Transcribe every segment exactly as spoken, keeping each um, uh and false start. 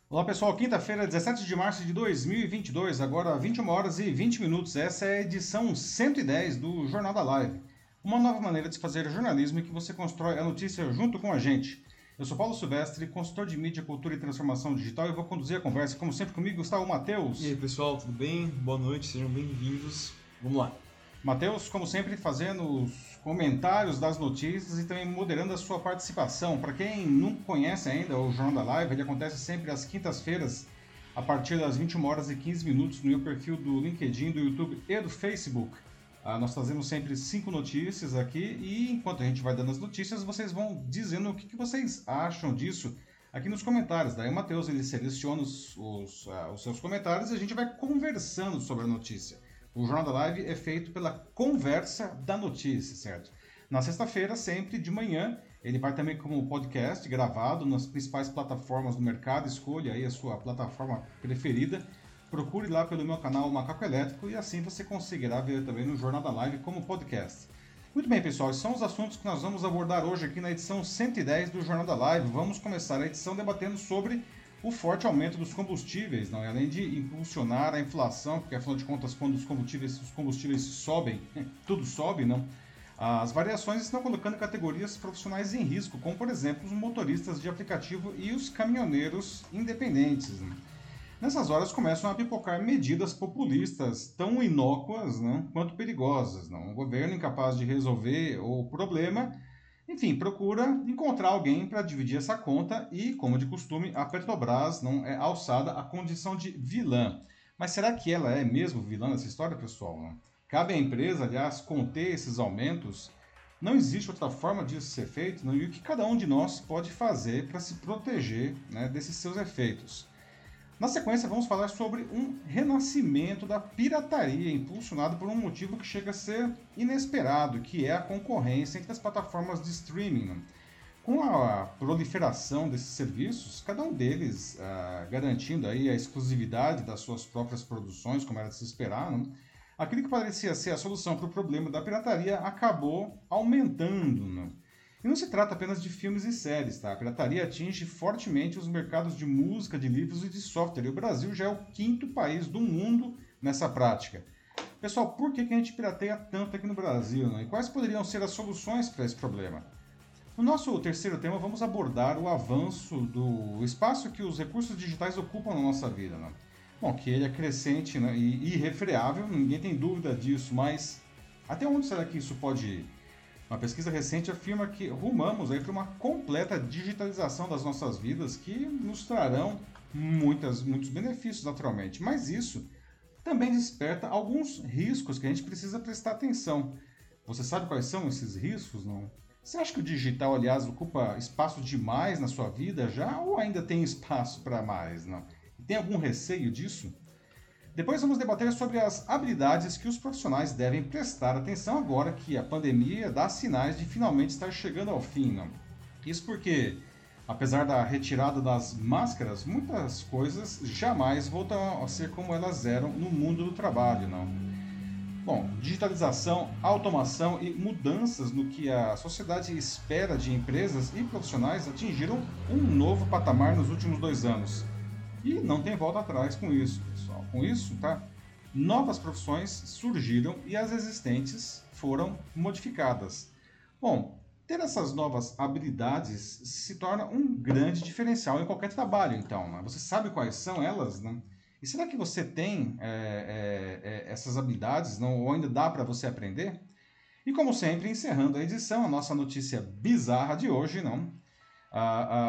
Olá pessoal, quinta-feira, dezessete de março de dois mil e vinte e dois, agora vinte e uma horas e vinte minutos. Essa é a edição cento e dez do Jornal da Live. Uma nova maneira de se fazer jornalismo em que você constrói a notícia junto com a gente. Eu sou Paulo Silvestre, consultor de mídia, cultura e transformação digital e vou conduzir a conversa. Como sempre comigo está o Matheus. E aí pessoal, tudo bem? Boa noite, sejam bem-vindos. Vamos lá. Matheus, como sempre, fazendo os comentários das notícias e também moderando a sua participação. Para quem não conhece ainda o Jornal da Live, ele acontece sempre às quintas-feiras, a partir das vinte e uma horas e quinze minutos, no meu perfil do LinkedIn, do YouTube e do Facebook. Ah, nós trazemos sempre cinco notícias aqui e enquanto a gente vai dando as notícias, vocês vão dizendo o que, que vocês acham disso aqui nos comentários. Daí o Matheus ele seleciona os, os, uh, os seus comentários e a gente vai conversando sobre a notícia. O Jornal da Live é feito pela conversa da notícia, certo? Na sexta-feira, sempre de manhã, ele vai também como podcast gravado nas principais plataformas do mercado. Escolha aí a sua plataforma preferida. Procure lá pelo meu canal Macaco Elétrico e assim você conseguirá ver também no Jornal da Live como podcast. Muito bem, pessoal, esses são os assuntos que nós vamos abordar hoje aqui na edição cento e dez do Jornal da Live. Vamos começar a edição debatendo sobre o forte aumento dos combustíveis, não é? Além de impulsionar a inflação, porque afinal de contas, quando os combustíveis, os combustíveis sobem, tudo sobe, não? As variações estão colocando categorias profissionais em risco, como por exemplo os motoristas de aplicativo e os caminhoneiros independentes. Né? Nessas horas começam a pipocar medidas populistas tão inócuas, né, quanto perigosas. Não? Um governo incapaz de resolver o problema, enfim, procura encontrar alguém para dividir essa conta e, como de costume, a Petrobras não é alçada à condição de vilã. Mas será que ela é mesmo vilã nessa história, pessoal? Não? Cabe à empresa, aliás, conter esses aumentos? Não existe outra forma disso ser feito? Não? E o que cada um de nós pode fazer para se proteger, né, desses seus efeitos? Na sequência, vamos falar sobre um renascimento da pirataria, impulsionado por um motivo que chega a ser inesperado, que é a concorrência entre as plataformas de streaming. Com a proliferação desses serviços, cada um deles uh, garantindo aí a exclusividade das suas próprias produções, como era de se esperar, né? Aquilo que parecia ser a solução para o problema da pirataria acabou aumentando. Né? E não se trata apenas de filmes e séries, tá? A pirataria atinge fortemente os mercados de música, de livros e de software. E o Brasil já é o quinto país do mundo nessa prática. Pessoal, por que a gente pirateia tanto aqui no Brasil? Né? E quais poderiam ser as soluções para esse problema? No nosso terceiro tema, vamos abordar o avanço do espaço que os recursos digitais ocupam na nossa vida. Né? Bom, que ele é crescente, né, e irrefreável, ninguém tem dúvida disso, mas até onde será que isso pode ir? Uma pesquisa recente afirma que rumamos aí para uma completa digitalização das nossas vidas que nos trarão muitas, muitos benefícios naturalmente, mas isso também desperta alguns riscos que a gente precisa prestar atenção. Você sabe quais são esses riscos, não? Você acha que o digital, aliás, ocupa espaço demais na sua vida já ou ainda tem espaço para mais, não? Tem algum receio disso? Depois vamos debater sobre as habilidades que os profissionais devem prestar atenção agora que a pandemia dá sinais de finalmente estar chegando ao fim. Não? Isso porque, apesar da retirada das máscaras, muitas coisas jamais voltam a ser como elas eram no mundo do trabalho. Não? Bom, digitalização, automação e mudanças no que a sociedade espera de empresas e profissionais atingiram um novo patamar nos últimos dois anos. E não tem volta atrás com isso, pessoal. Com isso, tá? Novas profissões surgiram e as existentes foram modificadas. Bom, ter essas novas habilidades se torna um grande diferencial em qualquer trabalho, então. Né? Você sabe quais são elas, né? E será que você tem é, é, é, essas habilidades, não? Ou ainda dá para você aprender? E como sempre, encerrando a edição, a nossa notícia bizarra de hoje, não? A,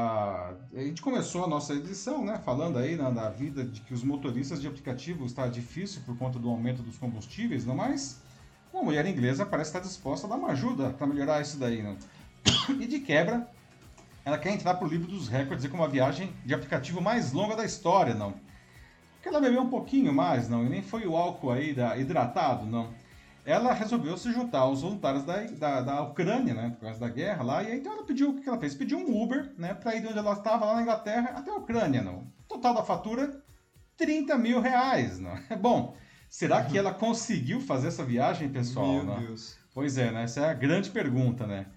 a, a gente começou a nossa edição, né, falando aí na, da vida de que os motoristas de aplicativos está difícil por conta do aumento dos combustíveis, não? Mas uma mulher inglesa parece estar disposta a dar uma ajuda para melhorar isso daí, não? E de quebra, ela quer entrar para o livro dos recordes como a viagem de aplicativo mais longa da história, não? Porque ela bebeu um pouquinho mais, não? E nem foi o álcool aí da, hidratado, não? Ela resolveu se juntar aos voluntários da, da, da Ucrânia, né, por causa da guerra lá, e aí então ela pediu, o que ela fez? Pediu um Uber, né, para ir de onde ela estava, lá na Inglaterra, até a Ucrânia, não. Total da fatura, trinta mil reais, não. Bom, será que ela conseguiu fazer essa viagem, pessoal? Meu não? Deus. Pois é, né, essa é a grande pergunta, né.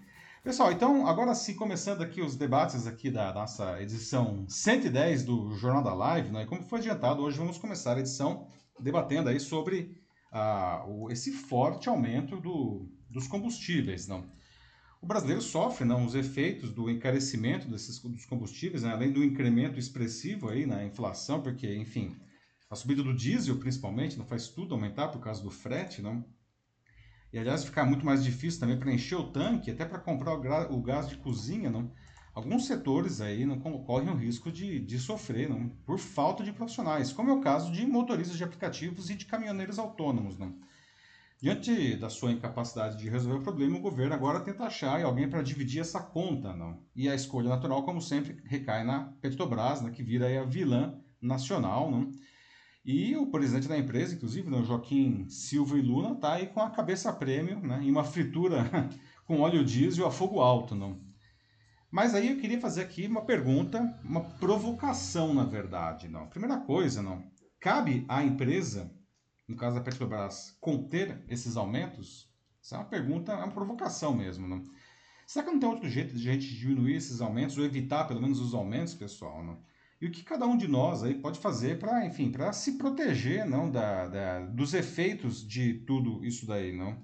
Pessoal, então, agora sim, começando aqui os debates aqui da nossa edição cento e dez do Jornal da Live, né? Como foi adiantado, hoje vamos começar a edição debatendo aí sobre ah, o, esse forte aumento do, dos combustíveis, não? O brasileiro sofre, não, os efeitos do encarecimento desses dos combustíveis, né? Além do incremento expressivo aí na inflação, porque, enfim, a subida do diesel, principalmente, não faz tudo aumentar por causa do frete, não? E, aliás, ficar muito mais difícil também para encher o tanque, até para comprar o, gra- o gás de cozinha, não? Alguns setores aí não co- correm o risco de, de sofrer, não? Por falta de profissionais, como é o caso de motoristas de aplicativos e de caminhoneiros autônomos, não? Diante da sua incapacidade de resolver o problema, o governo agora tenta achar alguém para dividir essa conta, não? E a escolha natural, como sempre, recai na Petrobras, né, que vira aí a vilã nacional, não? E o presidente da empresa, inclusive, né, o Joaquim Silva e Luna, está aí com a cabeça prêmio, né, em uma fritura com óleo diesel a fogo alto, não? Mas aí eu queria fazer aqui uma pergunta, uma provocação, na verdade, não? Primeira coisa, não? Cabe à empresa, no caso da Petrobras, conter esses aumentos? Isso é uma pergunta, é uma provocação mesmo, não? Será que não tem outro jeito de a gente diminuir esses aumentos ou evitar pelo menos os aumentos, pessoal, não? E o que cada um de nós aí pode fazer para, enfim, para se proteger, não, da, da, dos efeitos de tudo isso daí, não?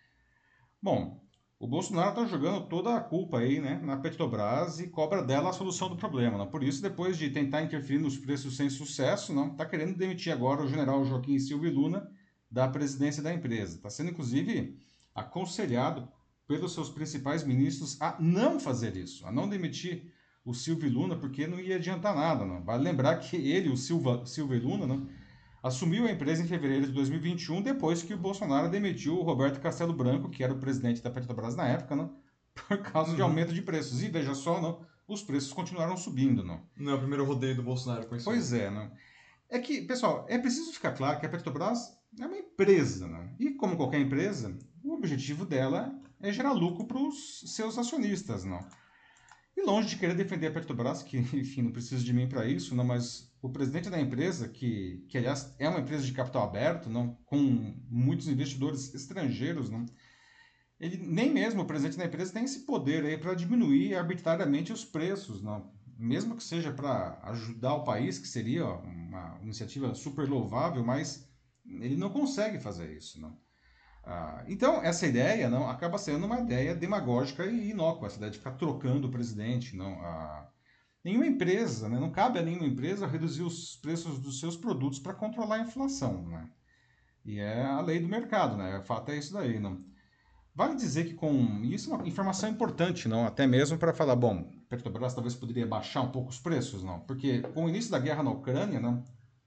Bom, o Bolsonaro está jogando toda a culpa aí, né, na Petrobras e cobra dela a solução do problema, não? Por isso, depois de tentar interferir nos preços sem sucesso, não, está querendo demitir agora o general Joaquim Silva e Luna da presidência da empresa. Está sendo, inclusive, aconselhado pelos seus principais ministros a não fazer isso, a não demitir o Silva e Luna, porque não ia adiantar nada, não. Vale lembrar que ele, o Silva, Silva e Luna, não, assumiu a empresa em fevereiro de dois mil e vinte e um, depois que o Bolsonaro demitiu o Roberto Castelo Branco, que era o presidente da Petrobras na época, não, por causa de Uhum. aumento de preços. E veja só, não, os preços continuaram subindo, não. Não é o primeiro rodeio do Bolsonaro com isso. Pois é, não. É que, pessoal, é preciso ficar claro que a Petrobras é uma empresa, né? E como qualquer empresa, o objetivo dela é gerar lucro para os seus acionistas, não? E longe de querer defender a Petrobras, que, enfim, não precisa de mim para isso, não, mas o presidente da empresa, que, que aliás é uma empresa de capital aberto, não, com muitos investidores estrangeiros, não, ele nem mesmo o presidente da empresa tem esse poder aí para diminuir arbitrariamente os preços, não. Mesmo que seja para ajudar o país, que seria uma iniciativa super louvável, mas ele não consegue fazer isso, não. Ah, então, essa ideia não acaba sendo uma ideia demagógica e inócua, essa ideia de ficar trocando o presidente. Não, ah, nenhuma empresa, né, não cabe a nenhuma empresa reduzir os preços dos seus produtos para controlar a inflação. Né? E é a lei do mercado, né? O fato é isso daí. Não. Vale dizer que com. E isso é uma informação importante, não? Até mesmo para falar, bom, Petrobras talvez poderia baixar um pouco os preços, não? Porque com o início da guerra na Ucrânia, não,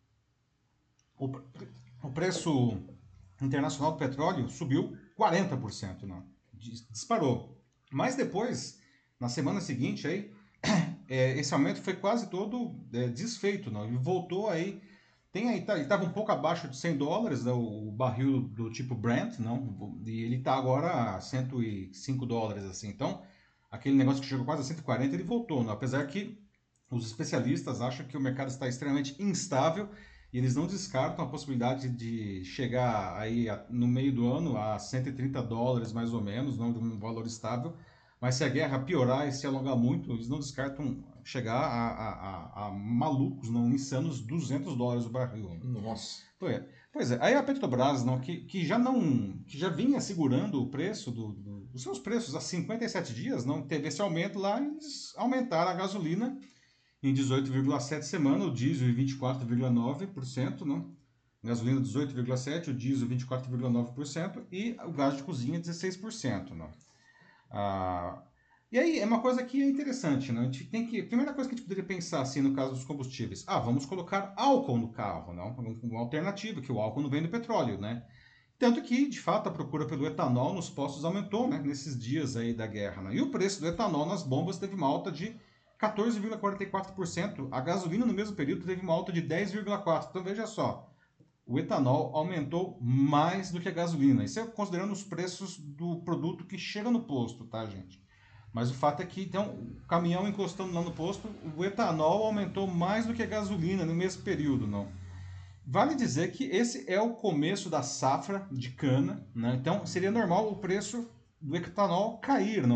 o, o preço internacional do petróleo subiu quarenta por cento, não? Disparou. Mas depois, na semana seguinte, aí, é, esse aumento foi quase todo é, desfeito, não? E voltou aí. Tem aí, tá, ele estava um pouco abaixo de cem dólares, né, o barril do tipo Brent, não? E ele está agora a cento e cinco dólares, assim. Então, aquele negócio que chegou quase a cento e quarenta, ele voltou, não? Apesar que os especialistas acham que o mercado está extremamente instável e eles não descartam a possibilidade de chegar aí no meio do ano a cento e trinta dólares mais ou menos, não de um valor estável. Mas se a guerra piorar e se alongar muito, eles não descartam chegar a, a, a, a malucos, não insanos, duzentos dólares o barril. Nossa. Pois é. Pois é. Aí a Petrobras, não, que, que já não, que já vinha segurando o preço do, do, dos seus preços há cinquenta e sete dias, não teve esse aumento lá, eles aumentaram a gasolina em dezoito vírgula sete semanas, o diesel em vinte e quatro vírgula nove por cento, não? Gasolina dezoito vírgula sete por cento, o diesel vinte e quatro vírgula nove por cento e o gás de cozinha dezesseis por cento, não? Ah, e aí é uma coisa que é interessante, né? A gente tem que, a primeira coisa que a gente poderia pensar assim no caso dos combustíveis, ah, vamos colocar álcool no carro, não? Uma alternativa, que o álcool não vem do petróleo, né? Tanto que, de fato, a procura pelo etanol nos postos aumentou, né? Nesses dias aí da guerra, né? E o preço do etanol nas bombas teve uma alta de quatorze vírgula quarenta e quatro por cento. A gasolina no mesmo período teve uma alta de dez vírgula quatro por cento. Então veja só, o etanol aumentou mais do que a gasolina. Isso é considerando os preços do produto que chega no posto, tá, gente? Mas o fato é que, então, o caminhão encostando lá no posto, o etanol aumentou mais do que a gasolina no mesmo período, não? Vale dizer que esse é o começo da safra de cana, né? Então seria normal o preço do etanol cair, não?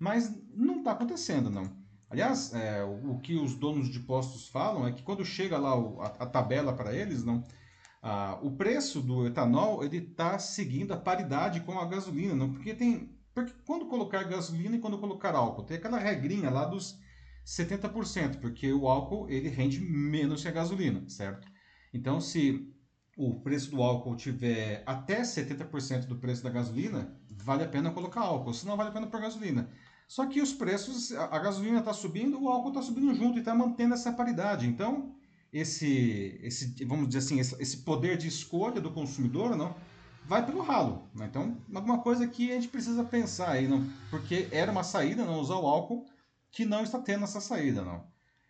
mas não está acontecendo, não. Aliás, é, o, o que os donos de postos falam é que quando chega lá o- a, a tabela para eles, não, ah, o preço do etanol ele está seguindo a paridade com a gasolina, não, porque tem, porque quando colocar gasolina e quando colocar álcool, tem aquela regrinha lá dos setenta por cento, porque o álcool ele rende menos que a gasolina, certo? Então, se o preço do álcool tiver até setenta por cento do preço da gasolina, vale a pena colocar álcool, senão vale a pena pôr gasolina. Só que os preços, a gasolina está subindo, o álcool está subindo junto e está mantendo essa paridade. Então, esse, esse, vamos dizer assim, esse, esse poder de escolha do consumidor, não, vai pelo ralo. Né? Então, alguma coisa que a gente precisa pensar aí, não, porque era uma saída não usar o álcool que não está tendo essa saída, não.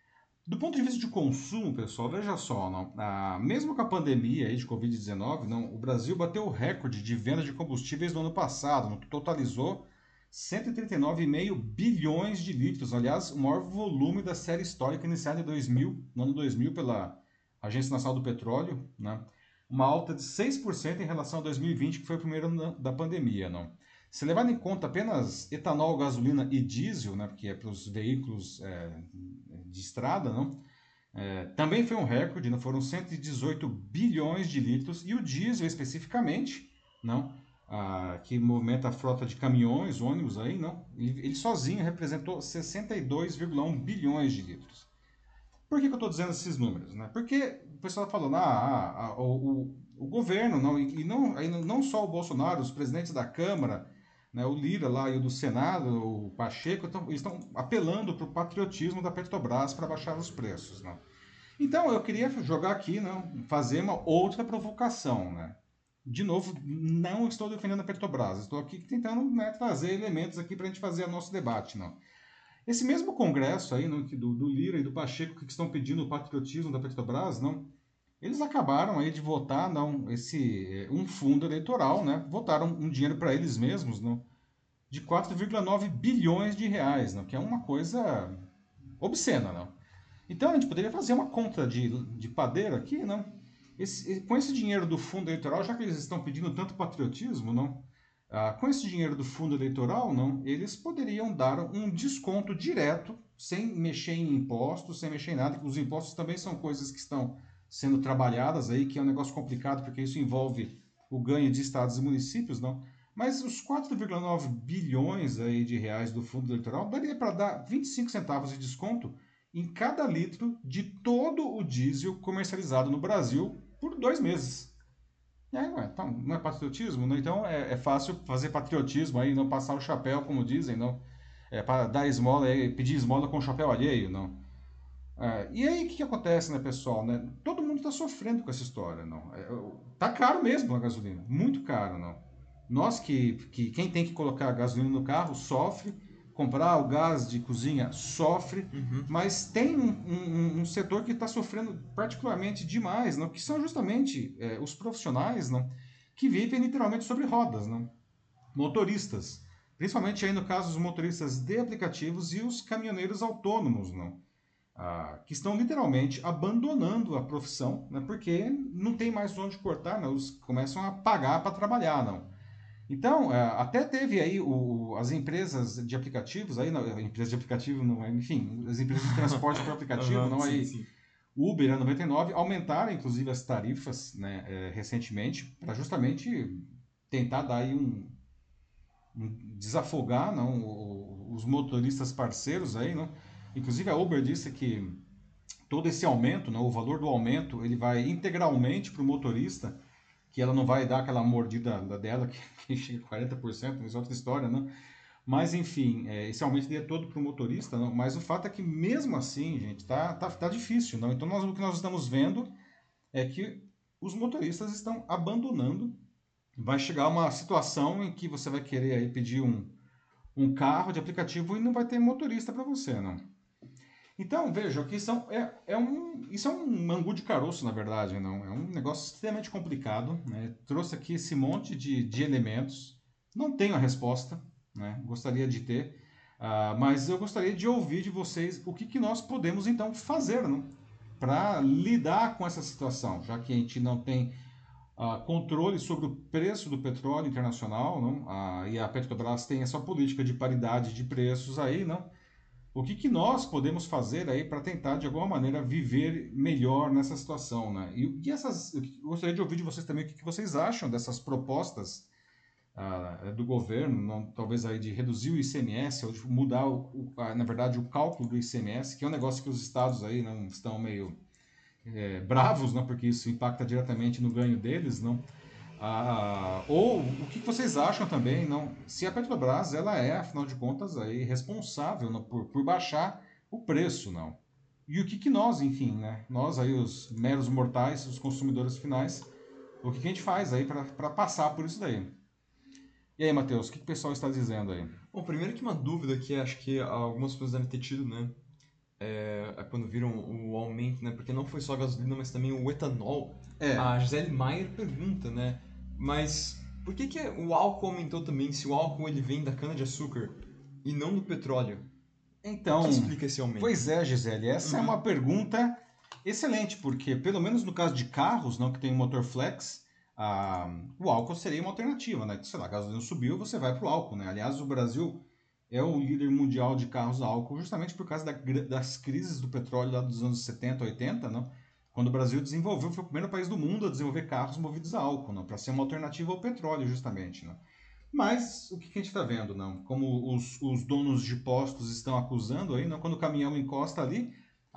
Do ponto de vista de consumo, pessoal, veja só, não, ah, mesmo com a pandemia aí de covid dezenove, não, o Brasil bateu o recorde de venda de combustíveis no ano passado, no que totalizou cento e trinta e nove vírgula cinco bilhões de litros, aliás, o maior volume da série histórica iniciada em dois mil, no ano dois mil pela Agência Nacional do Petróleo, né? Uma alta de seis por cento em relação a dois mil e vinte, que foi o primeiro ano da pandemia, não? Se levar em conta apenas etanol, gasolina e diesel, né, porque é para os veículos é, de estrada, não? É, também foi um recorde, não? Foram cento e dezoito bilhões de litros, e o diesel especificamente, não? Ah, que movimenta a frota de caminhões, ônibus aí, não? Ele, ele sozinho representou sessenta e dois vírgula um bilhões de litros. Por que, que eu estou dizendo esses números? Né? Porque o pessoal está falando, ah, ah, ah, o, o, o governo, não, e, e não, aí não só o Bolsonaro, os presidentes da Câmara, né, o Lira lá e o do Senado, o Pacheco, tão, eles estão apelando para o patriotismo da Petrobras para baixar os preços. Não? Então eu queria jogar aqui, não, fazer uma outra provocação. Né? De novo, não estou defendendo a Petrobras, estou aqui tentando, né, trazer elementos aqui para a gente fazer o nosso debate. Não? Esse mesmo Congresso aí, no, do, do Lira e do Pacheco, que estão pedindo o patriotismo da Petrobras, não, eles acabaram aí de votar, não, esse eh, um fundo eleitoral, né? Votaram um dinheiro para eles mesmos, não, de quatro vírgula nove bilhões de reais, não, que é uma coisa obscena, não. Então a gente poderia fazer uma conta de, de padeiro aqui, não? Esse, com esse dinheiro do fundo eleitoral, já que eles estão pedindo tanto patriotismo, não? Ah, com esse dinheiro do fundo eleitoral, não, eles poderiam dar um desconto direto, sem mexer em impostos, sem mexer em nada, que os impostos também são coisas que estão sendo trabalhadas aí, que é um negócio complicado, porque isso envolve o ganho de estados e municípios, não? Mas os quatro vírgula nove bilhões aí de reais do fundo eleitoral daria para dar vinte e cinco centavos de desconto em cada litro de todo o diesel comercializado no Brasil por dois meses. E aí, ué, então, não é patriotismo? Né? Então é, é fácil fazer patriotismo aí, não passar o chapéu, como dizem, não. É para dar esmola, é, pedir esmola com o chapéu alheio, não. É, e aí o que, que acontece, né, pessoal? Né? Todo mundo está sofrendo com essa história, não. É, tá caro mesmo a gasolina, muito caro, não. Nós que, que quem tem que colocar a gasolina no carro sofre, comprar o gás de cozinha sofre, Uhum. mas tem um, um, um setor que está sofrendo particularmente demais, não? Que são justamente é, os profissionais, não? Que vivem literalmente sobre rodas, não? Motoristas, principalmente aí no caso os motoristas de aplicativos e os caminhoneiros autônomos, não? Ah, que estão literalmente abandonando a profissão, né? Porque não tem mais onde cortar, não? Eles começam a pagar para trabalhar, não? Então, é, até teve aí o, as empresas de aplicativos, aí, não, empresas de aplicativo, não, é, enfim, as empresas de transporte por aplicativo, Uhum, não, sim, aí, sim. Uber, a noventa e nove, aumentaram inclusive as tarifas, né, é, recentemente, para justamente tentar dar aí um, um desafogar, não, o- os motoristas parceiros aí, não. Inclusive a Uber disse que todo esse aumento, não, o valor do aumento, ele vai integralmente para o motorista, que ela não vai dar aquela mordida da dela, que, que chega a quarenta por cento, mas é outra história, né? Mas, enfim, é, esse aumento é todo para o motorista, não? Mas o fato é que, mesmo assim, gente, tá, tá, tá difícil, não? Então, nós, o que nós estamos vendo é que os motoristas estão abandonando. Vai chegar uma situação em que você vai querer aí pedir um, um carro de aplicativo e não vai ter motorista para você, não? Então, veja, aqui são, é, é um, isso é um angu de caroço, na verdade, não? É um negócio extremamente complicado, né? Trouxe aqui esse monte de, de elementos, não tenho a resposta, né? Gostaria de ter, ah, mas eu gostaria de ouvir de vocês o que, que nós podemos, então, fazer, não? Para lidar com essa situação, já que a gente não tem ah, controle sobre o preço do petróleo internacional, não? Ah, e a Petrobras tem essa política de paridade de preços aí, não? O que, que nós podemos fazer aí para tentar, de alguma maneira, viver melhor nessa situação, né? E, e essas, eu gostaria de ouvir de vocês também o que, que vocês acham dessas propostas ah, do governo, não, talvez aí de reduzir o I C M S, ou de mudar, o, o, a, na verdade, o cálculo do I C M S, que é um negócio que os estados aí não estão meio é, bravos, não, porque isso impacta diretamente no ganho deles, não? Ah, ou o que vocês acham também, não? Se a Petrobras ela é, afinal de contas, aí responsável não, por, por baixar o preço, não? E o que, que nós, enfim, né? Nós aí os meros mortais, os consumidores finais, o que, que a gente faz aí para passar por isso daí? E aí, Matheus, o que, que o pessoal está dizendo aí? Bom, primeiro que uma dúvida que acho que algumas pessoas devem ter tido, né? É, é quando viram o aumento, né? Porque não foi só a gasolina, mas também o etanol. É, A Gisele Maier pergunta, né? Mas por que, que o álcool aumentou também se o álcool ele vem da cana-de-açúcar e não do petróleo? O que então, explica esse aumento? pois é, Gisele, essa é Uhum. uma pergunta excelente, porque pelo menos no caso de carros, não que tem motor flex, ah, o álcool seria uma alternativa, né? Sei lá, a gasolina subiu, você vai para o álcool, né? Aliás, o Brasil é o líder mundial de carros a álcool justamente por causa da, das crises do petróleo lá dos anos setenta, oitenta, não? Quando o Brasil desenvolveu, foi o primeiro país do mundo a desenvolver carros movidos a álcool, não? Para ser uma alternativa ao petróleo, justamente, não? Mas o que, que a gente está vendo, não? Como os, os donos de postos estão acusando aí, não? Quando o caminhão encosta ali,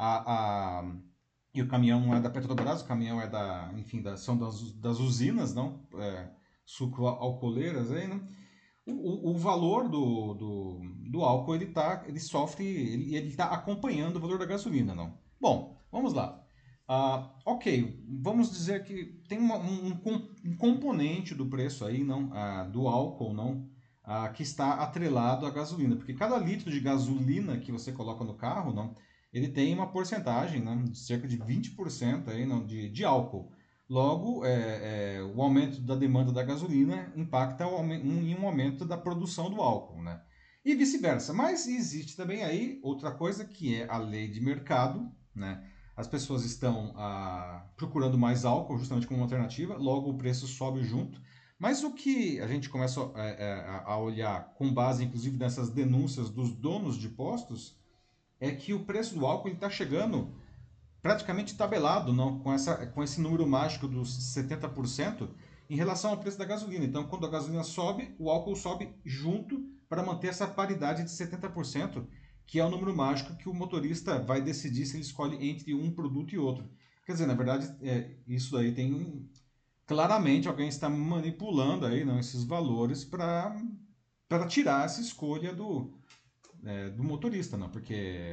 a, a, e o caminhão não é da Petrobras, o caminhão é da, enfim, da, são das, das usinas, não? É, sucroalcooleiras aí, não? O, o, o valor do, do, do álcool ele tá, ele sofre, ele ele está acompanhando o valor da gasolina, não? Bom, vamos lá. Ah, ok, vamos dizer que tem uma- um, um um componente do preço aí, não, ah, do álcool, não, ah, que está atrelado à gasolina, porque cada litro de gasolina que você coloca no carro, não, ele tem uma porcentagem, não, de cerca de vinte por cento aí, não, de, de álcool. Logo, é, é, o aumento da demanda da gasolina impacta o aumen- um, em um aumento da produção do álcool, né? E vice-versa. Mas existe também aí outra coisa que é a lei de mercado, né? As pessoas estão ah, procurando mais álcool justamente como uma alternativa, logo o preço sobe junto. Mas o que a gente começa é, é, a olhar com base, inclusive, nessas denúncias dos donos de postos, é que o preço do álcool está chegando praticamente tabelado, não, com, essa, com esse número mágico dos setenta por cento em relação ao preço da gasolina. Então, quando a gasolina sobe, o álcool sobe junto para manter essa paridade de setenta por cento, que é o número mágico que o motorista vai decidir se ele escolhe entre um produto e outro. Quer dizer, na verdade, é, isso aí tem claramente alguém está manipulando aí, não, esses valores para para tirar essa escolha do, é, do motorista, não, porque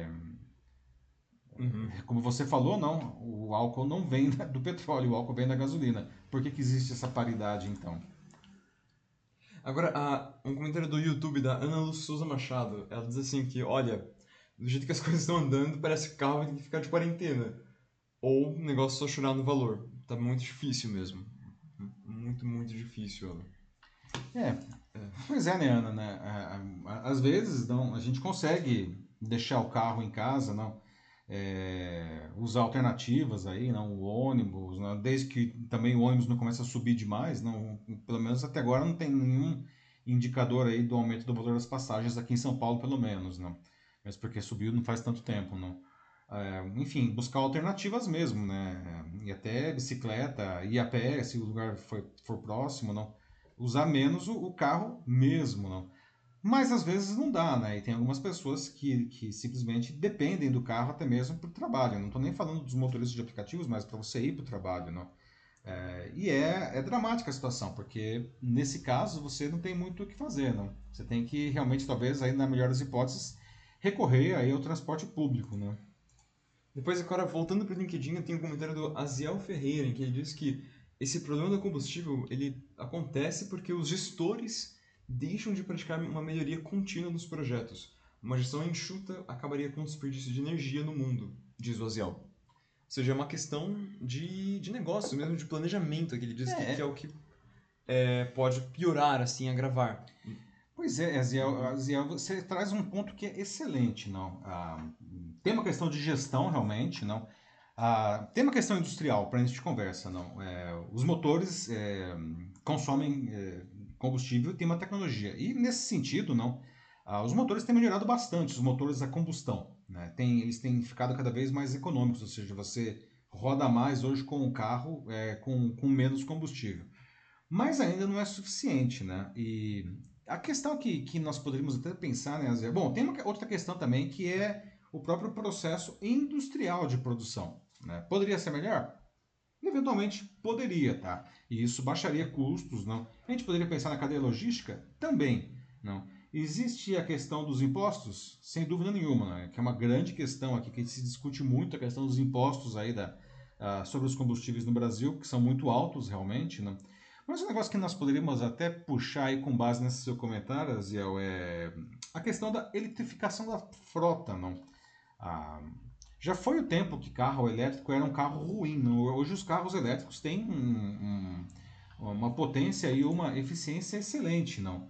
Uhum. como você falou, não, o álcool não vem do petróleo, o álcool vem da gasolina. Por que, que existe essa paridade, então? Agora, a- um comentário do YouTube da Ana Luz Souza Machado. Ela diz assim que, olha, do jeito que as coisas estão andando, parece que o carro vai ter que ficar de quarentena. Ou o negócio só chorar no valor. Tá muito difícil mesmo. Muito, muito difícil, Ana. É, pois é, né, Ana, né? A- a- Às vezes não, a gente consegue deixar o carro em casa, não, é, usar alternativas aí, não, o ônibus, não, desde que também o ônibus não comece a subir demais, não, pelo menos até agora não tem nenhum indicador aí do aumento do valor das passagens aqui em São Paulo, pelo menos, não. Mas porque subiu não faz tanto tempo, não. É, enfim, buscar alternativas mesmo, né? E até bicicleta, ir a pé, se o lugar for, for próximo, não. Usar menos o, o carro mesmo, não. Mas às vezes não dá, né? E tem algumas pessoas que, que simplesmente dependem do carro até mesmo para o trabalho. Não estou nem falando dos motoristas de aplicativos, mas para você ir para o trabalho, não. É, e é, é dramática a situação, porque nesse caso você não tem muito o que fazer, não. Você tem que realmente, talvez, aí na melhor das hipóteses, recorrer aí ao transporte público, né? Depois, agora, voltando pro LinkedIn, tem um comentário do Aziel Ferreira, em que ele diz que esse problema do combustível, ele acontece porque os gestores deixam de praticar uma melhoria contínua nos projetos. Uma gestão enxuta acabaria com o desperdício de energia no mundo, diz o Aziel. Ou seja, é uma questão de, de negócio, mesmo de planejamento, que ele diz que, que é É, o que é, pode piorar, assim, agravar. pois é, Aziel, Aziel, você traz um ponto que é excelente, não? Ah, tem uma questão de gestão, realmente, não? Ah, tem uma questão industrial para a gente conversa, não? É, os motores é, consomem é, combustível e tem uma tecnologia. E nesse sentido, não? Ah, os motores têm melhorado bastante, os motores a combustão, né? Tem, eles têm ficado cada vez mais econômicos, ou seja, você roda mais hoje com um carro é, com, com menos combustível. Mas ainda não é suficiente, né? E a questão que, que nós poderíamos até pensar, né, Zé? Bom, tem uma outra questão também que é o próprio processo industrial de produção, né? Poderia ser melhor? Eventualmente poderia, tá? E isso baixaria custos, não? A gente poderia pensar na cadeia logística? Também, não? Existe a questão dos impostos? Sem dúvida nenhuma, né? Que é uma grande questão aqui, que se discute muito a questão dos impostos aí da, ah, sobre os combustíveis no Brasil, que são muito altos realmente, né? Mas um negócio que nós poderíamos até puxar aí com base nesse seu comentário, Aziel, é a questão da eletrificação da frota, não? Ah, já foi o tempo que carro elétrico era um carro ruim. Não? Hoje os carros elétricos têm um, um, uma potência e uma eficiência excelente, não?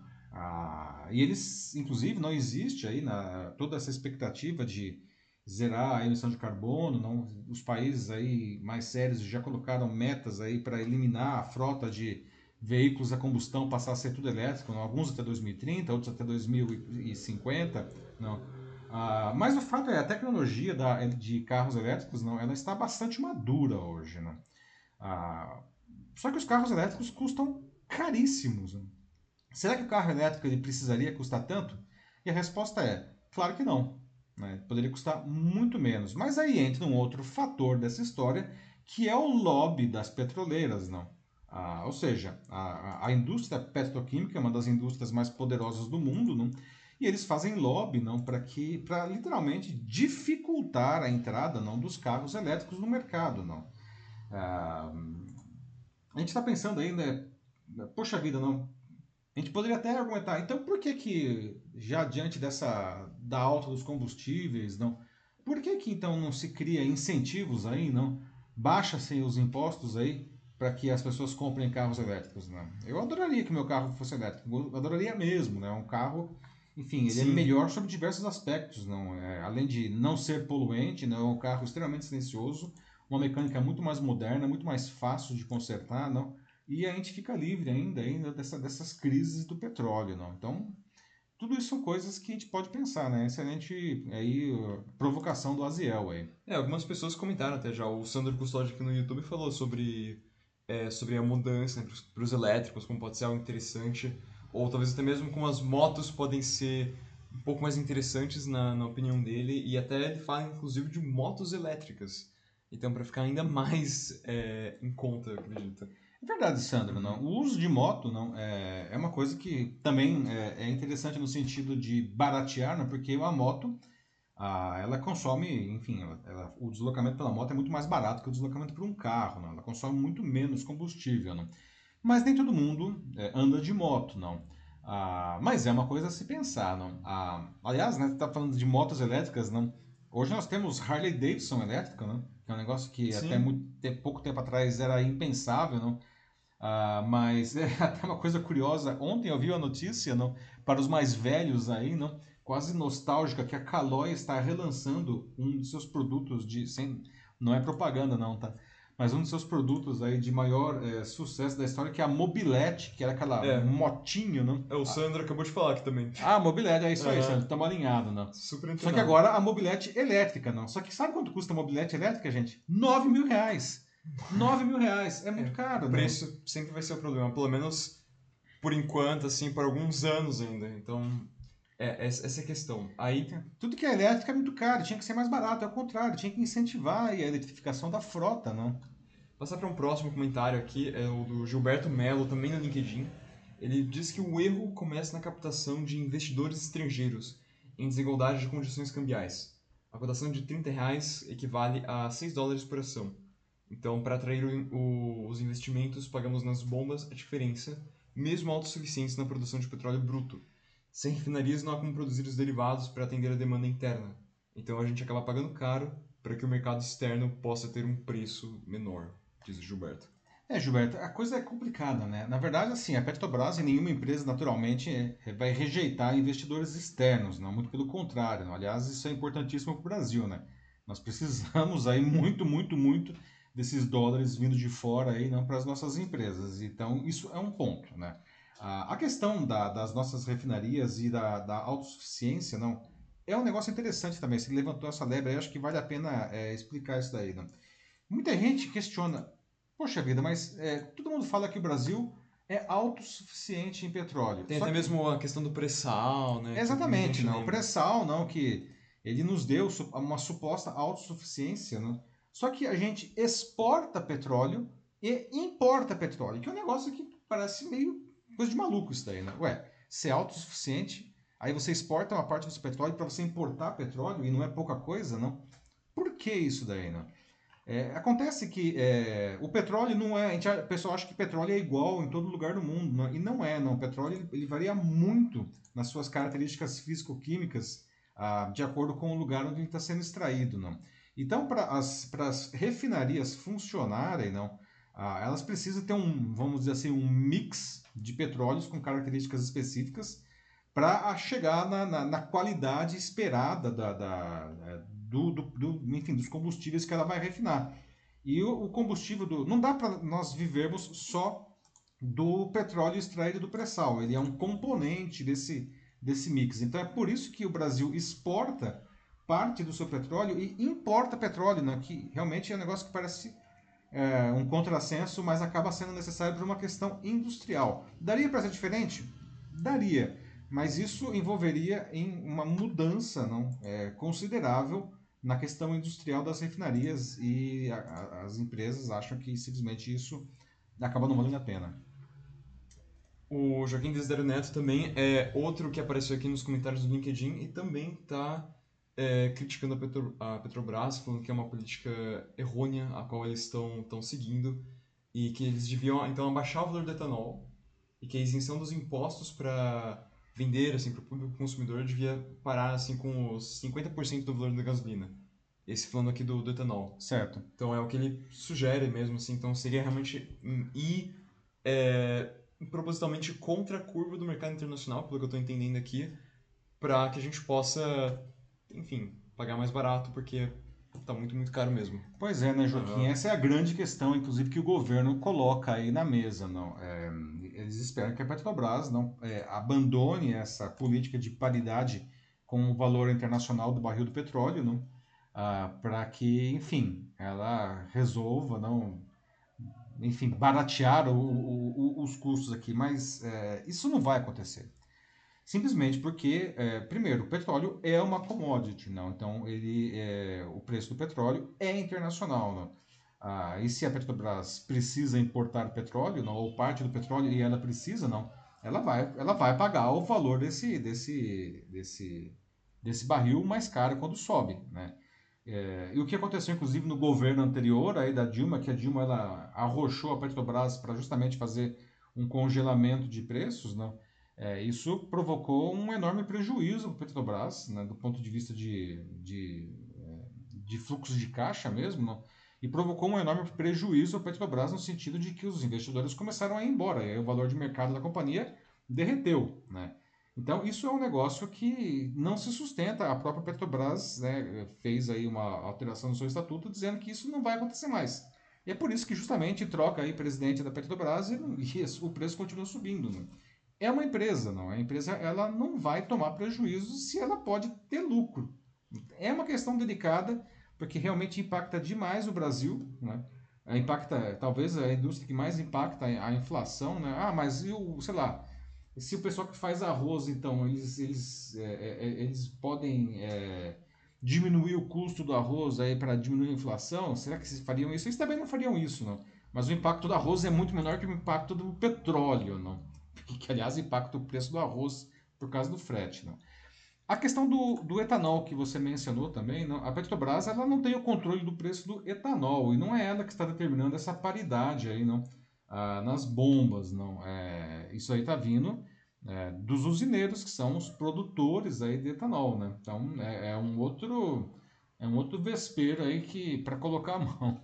Ah, e eles, inclusive, não existe aí na, toda essa expectativa de zerar a emissão de carbono, não? Os países aí mais sérios já colocaram metas aí para eliminar a frota de veículos a combustão, passar a ser tudo elétrico, não? Alguns até dois mil e trinta, outros até dois mil e cinquenta, não? Ah, mas o fato é, a tecnologia da, de carros elétricos, não, ela está bastante madura hoje, né? Ah, só que os carros elétricos custam caríssimos, né? Será que o carro elétrico ele precisaria custar tanto? E a resposta é, claro que não, né? Poderia custar muito menos. Mas aí entra um outro fator dessa história, que é o lobby das petroleiras, não? Ah, ou seja, a, a indústria petroquímica é uma das indústrias mais poderosas do mundo, não? E eles fazem lobby, não, para que, para literalmente dificultar a entrada, não, dos carros elétricos no mercado, não. Ah, a gente está pensando aí, né? Poxa vida, não. A gente poderia até argumentar, então por que que, já diante dessa, da alta dos combustíveis, não, por que que então não se cria incentivos aí, não? Baixa-se os impostos aí para que as pessoas comprem carros elétricos, né? Eu adoraria que meu carro fosse elétrico, eu adoraria mesmo, né? Um carro, enfim, ele é Sim. melhor sobre diversos aspectos, não? É, além de não ser poluente, né? É um carro extremamente silencioso, uma mecânica muito mais moderna, muito mais fácil de consertar, não? E a gente fica livre ainda, ainda dessa, dessas crises do petróleo, não? Então, tudo isso são coisas que a gente pode pensar, né? Excelente aí, uh, provocação do Aziel aí. É, algumas pessoas comentaram até já. O Sandro Custódio aqui no YouTube falou sobre, é, sobre a mudança, né, para os elétricos, como pode ser algo interessante. Ou talvez até mesmo como as motos podem ser um pouco mais interessantes na, na opinião dele. E até ele fala, inclusive, de motos elétricas. Então, para ficar ainda mais é, em conta, eu acredito. É verdade, Sandro, não? Uhum. O uso de moto não é, é uma coisa que também é, é interessante no sentido de baratear, não? Porque a moto, ah, ela consome, enfim, ela, ela- o deslocamento pela moto é muito mais barato que o deslocamento por um carro, não? Ela consome muito menos combustível, não? Mas nem todo mundo é, anda de moto, não. Ah, mas é uma coisa a se pensar, não. Ah, aliás, né, você está falando de motos elétricas, não. Hoje nós temos Harley Davidson elétrica, não? Que é um negócio que até Sim. muito tempo, pouco tempo atrás era impensável, não? Ah, mas é até uma coisa curiosa. Ontem eu vi a notícia, não, para os mais velhos aí, não, quase nostálgica, que a Caloi está relançando um dos seus produtos de, sem, não é propaganda não, tá? Mas um dos seus produtos aí de maior eh, sucesso da história, que é a Mobilete, que era aquela É. motinho, não? É, o Ah, Sandro acabou de falar aqui também. ah, Mobilete, é isso aí, Aham. estamos alinhados, não? Super Só que antenado. agora a mobilete elétrica, não. Só que sabe quanto custa a mobilete elétrica, gente? Nove mil reais. Nove mil reais. É muito É, o caro, não. preço sempre vai ser o problema, pelo menos por enquanto, assim, por alguns anos ainda. Então, é, essa essa é a questão. Aí, Tudo que é elétrico é muito caro, tinha que ser mais barato, é o contrário, tinha que incentivar aí a eletrificação da frota, não? passar para um próximo comentário aqui, é o do Gilberto Melo, também no LinkedIn. Ele diz que o erro começa na captação de investidores estrangeiros em desigualdade de condições cambiais. A cotação de trinta reais equivale a seis dólares por ação. Então, para atrair o- o- os investimentos, pagamos nas bombas a diferença, mesmo autossuficientes na produção de petróleo bruto. Sem refinarias, não há como produzir os derivados para atender a demanda interna. Então, a gente acaba pagando caro para que o mercado externo possa ter um preço menor, diz o Gilberto. É, Gilberto, a coisa é complicada, né? Na verdade, assim, a Petrobras e nenhuma empresa, naturalmente, é- vai rejeitar investidores externos, não? Muito pelo contrário, não? Aliás, isso é importantíssimo para o Brasil, né? Nós precisamos aí muito, muito, muito desses dólares vindo de fora aí, não para as nossas empresas. Então, isso é um ponto, né? A a questão da- das nossas refinarias e da, da autossuficiência, não, é um negócio interessante também. Você levantou essa lebre aí, acho que vale a pena é, explicar isso daí, não? Muita gente questiona, poxa vida, mas é, todo mundo fala que o Brasil é autossuficiente em petróleo. Tem Só até que mesmo a questão do pré-sal, né? Que muita exatamente, gente não. O lembra. pré-sal, não, que ele nos deu su- uma suposta autossuficiência, não. Só que a gente exporta petróleo e importa petróleo, que é um negócio que parece meio coisa de maluco isso daí, né? Ué, ser autossuficiente, aí você exporta uma parte do seu petróleo para você importar petróleo e não é pouca coisa, não? Por que isso daí, não? É, acontece que é, o petróleo não é. A gente, o pessoal acha que petróleo é igual em todo lugar do mundo, não- e não é, não. O petróleo ele, ele varia muito nas suas características físico-químicas, ah, de acordo com o lugar onde ele está sendo extraído, não. Então, para as, para as refinarias funcionarem, não, ah, elas precisam ter um, vamos dizer assim, um mix de petróleos com características específicas para chegar na, na, na qualidade esperada da, da, é, do, do, do, enfim, dos combustíveis que ela vai refinar. E o, o combustível do. Não dá para nós vivermos só do petróleo extraído do pré-sal. Ele é um componente desse, desse mix. Então é por isso que o Brasil exporta parte do seu petróleo e importa petróleo, né? Que realmente é um negócio que parece é, um contrassenso, mas acaba sendo necessário por uma questão industrial. Daria para ser diferente? Daria, mas isso envolveria em uma mudança não, é, considerável na questão industrial das refinarias e a, a, as empresas acham que simplesmente isso acaba não valendo a pena. O Joaquim Desidério Neto também é outro que apareceu aqui nos comentários do LinkedIn e também está é, criticando a, Petro, a Petrobras, falando que é uma política errônea a qual eles estão estão seguindo e que eles deviam então abaixar o valor do etanol e que a isenção dos impostos para vender assim para o público consumidor devia parar assim com os cinquenta por cento do valor da gasolina. Esse falando aqui do, do etanol. Certo. Então é o que ele sugere mesmo, assim. Então seria realmente hum, ir é, propositalmente contra a curva do mercado internacional, pelo que eu estou entendendo aqui, para que a gente possa, enfim, pagar mais barato, porque tá muito, muito caro mesmo. Pois é, né, Joaquim? Aham. Essa é a grande questão, inclusive, que o governo coloca aí na mesa. Não? É, eles esperam que a Petrobras não é, abandone essa política de paridade com o valor internacional do barril do petróleo, não? Ah, para que, enfim, ela resolva, não, enfim, baratear o- o- o- os custos aqui. Mas é, isso não vai acontecer. Simplesmente porque, é, primeiro, o petróleo é uma commodity, não? Então, ele, é, o preço do petróleo é internacional, não? Ah, e se a Petrobras precisa importar petróleo, não, ou parte do petróleo, e ela precisa, não, ela vai, ela vai pagar o valor desse, desse, desse, desse barril mais caro quando sobe, né? É, e o que aconteceu, inclusive, no governo anterior aí da Dilma, que a Dilma ela arrochou a Petrobras para justamente fazer um congelamento de preços, não? É, isso provocou um enorme prejuízo para a Petrobras, né, do ponto de vista de, de, é, de fluxo de caixa mesmo, não? E provocou um enorme prejuízo para a Petrobras no sentido de que os investidores começaram a ir embora, e aí o valor de mercado da companhia derreteu, né? Então, isso é um negócio que não se sustenta. A própria Petrobras, né, fez aí uma alteração no seu estatuto dizendo que isso não vai acontecer mais. E é por isso que justamente troca aí presidente da Petrobras e, e o preço continua subindo, né? É uma empresa, não. A empresa ela não vai tomar prejuízo se ela pode ter lucro. É uma questão delicada porque realmente impacta demais o Brasil, né? Impacta talvez a indústria que mais impacta a inflação, né? Ah, mas e o, sei lá, se o pessoal que faz arroz, então, eles, eles, é, é, é, eles podem é, diminuir o custo do arroz aí para diminuir a inflação, será que eles fariam isso? Eles também não fariam isso, não. Mas o impacto do arroz é muito menor que o impacto do petróleo, não. Que, aliás, impacta o preço do arroz por causa do frete, não. A questão do, do etanol que você mencionou também, não, a Petrobras ela não tem o controle do preço do etanol e não é ela que está determinando essa paridade aí, não, ah, nas bombas, não. É, isso aí está vindo é, dos usineiros que são os produtores aí de etanol, né? Então é, é um outro é um outro vespeiro aí que para colocar a mão.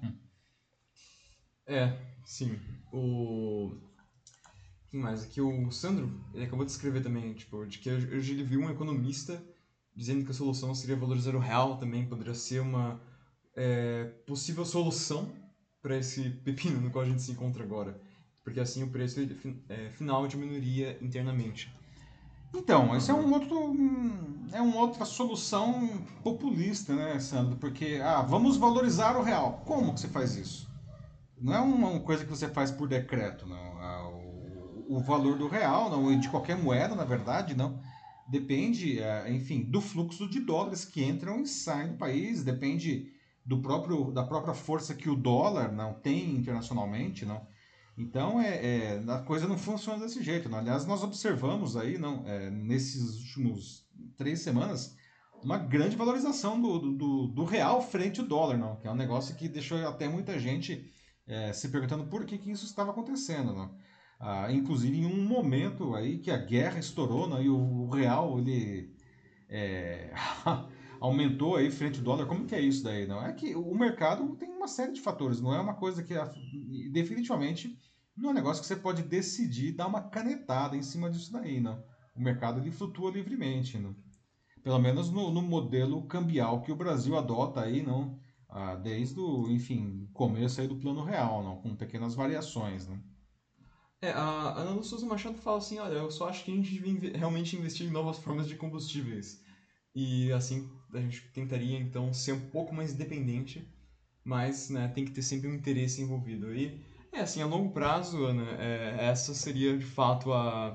É, sim. O. Quem mais? Aqui o Sandro, ele acabou de escrever também, tipo, de que hoje ele viu um economista dizendo que a solução seria valorizar o real também, poderia ser uma, é, possível solução para esse pepino no qual a gente se encontra agora. Porque assim o preço ele, é, final diminuiria internamente. Então, esse é um outro, hum, é uma outra solução populista, né, Sandro? Porque, ah, vamos valorizar o real. Como que você faz isso? Não é uma coisa que você faz por decreto, não. Ah, o, o valor do real, não, e de qualquer moeda, na verdade, não. Depende, ah, enfim, do fluxo de dólares que entram e saem do país, depende do próprio, da própria força que o dólar não tem internacionalmente, não. Então, é, é, a coisa não funciona desse jeito. Não. Aliás, nós observamos aí, não, é, nesses últimos três semanas, uma grande valorização do, do, do real frente ao dólar, não, que é um negócio que deixou até muita gente é, se perguntando por que, que isso estava acontecendo. Não. Ah, inclusive em um momento aí que a guerra estourou, não, e o, o real ele é, aumentou aí frente ao dólar. Como que é isso daí? Não é que o mercado tem uma série de fatores, não é uma coisa que definitivamente não é um negócio que você pode decidir dar uma canetada em cima disso daí, não. O mercado ele flutua livremente, não. Pelo menos no, no modelo cambial que o Brasil adota aí, não, ah, desde o, enfim, começo aí do plano real, não, com pequenas variações, né? É, a Ana Lu Souza Machado fala assim, olha, eu só acho que a gente devia inve- realmente investir em novas formas de combustíveis. E assim a gente tentaria então ser um pouco mais independente, mas né, tem que ter sempre um interesse envolvido. E é assim, a longo prazo, Ana, é, essa seria de fato a,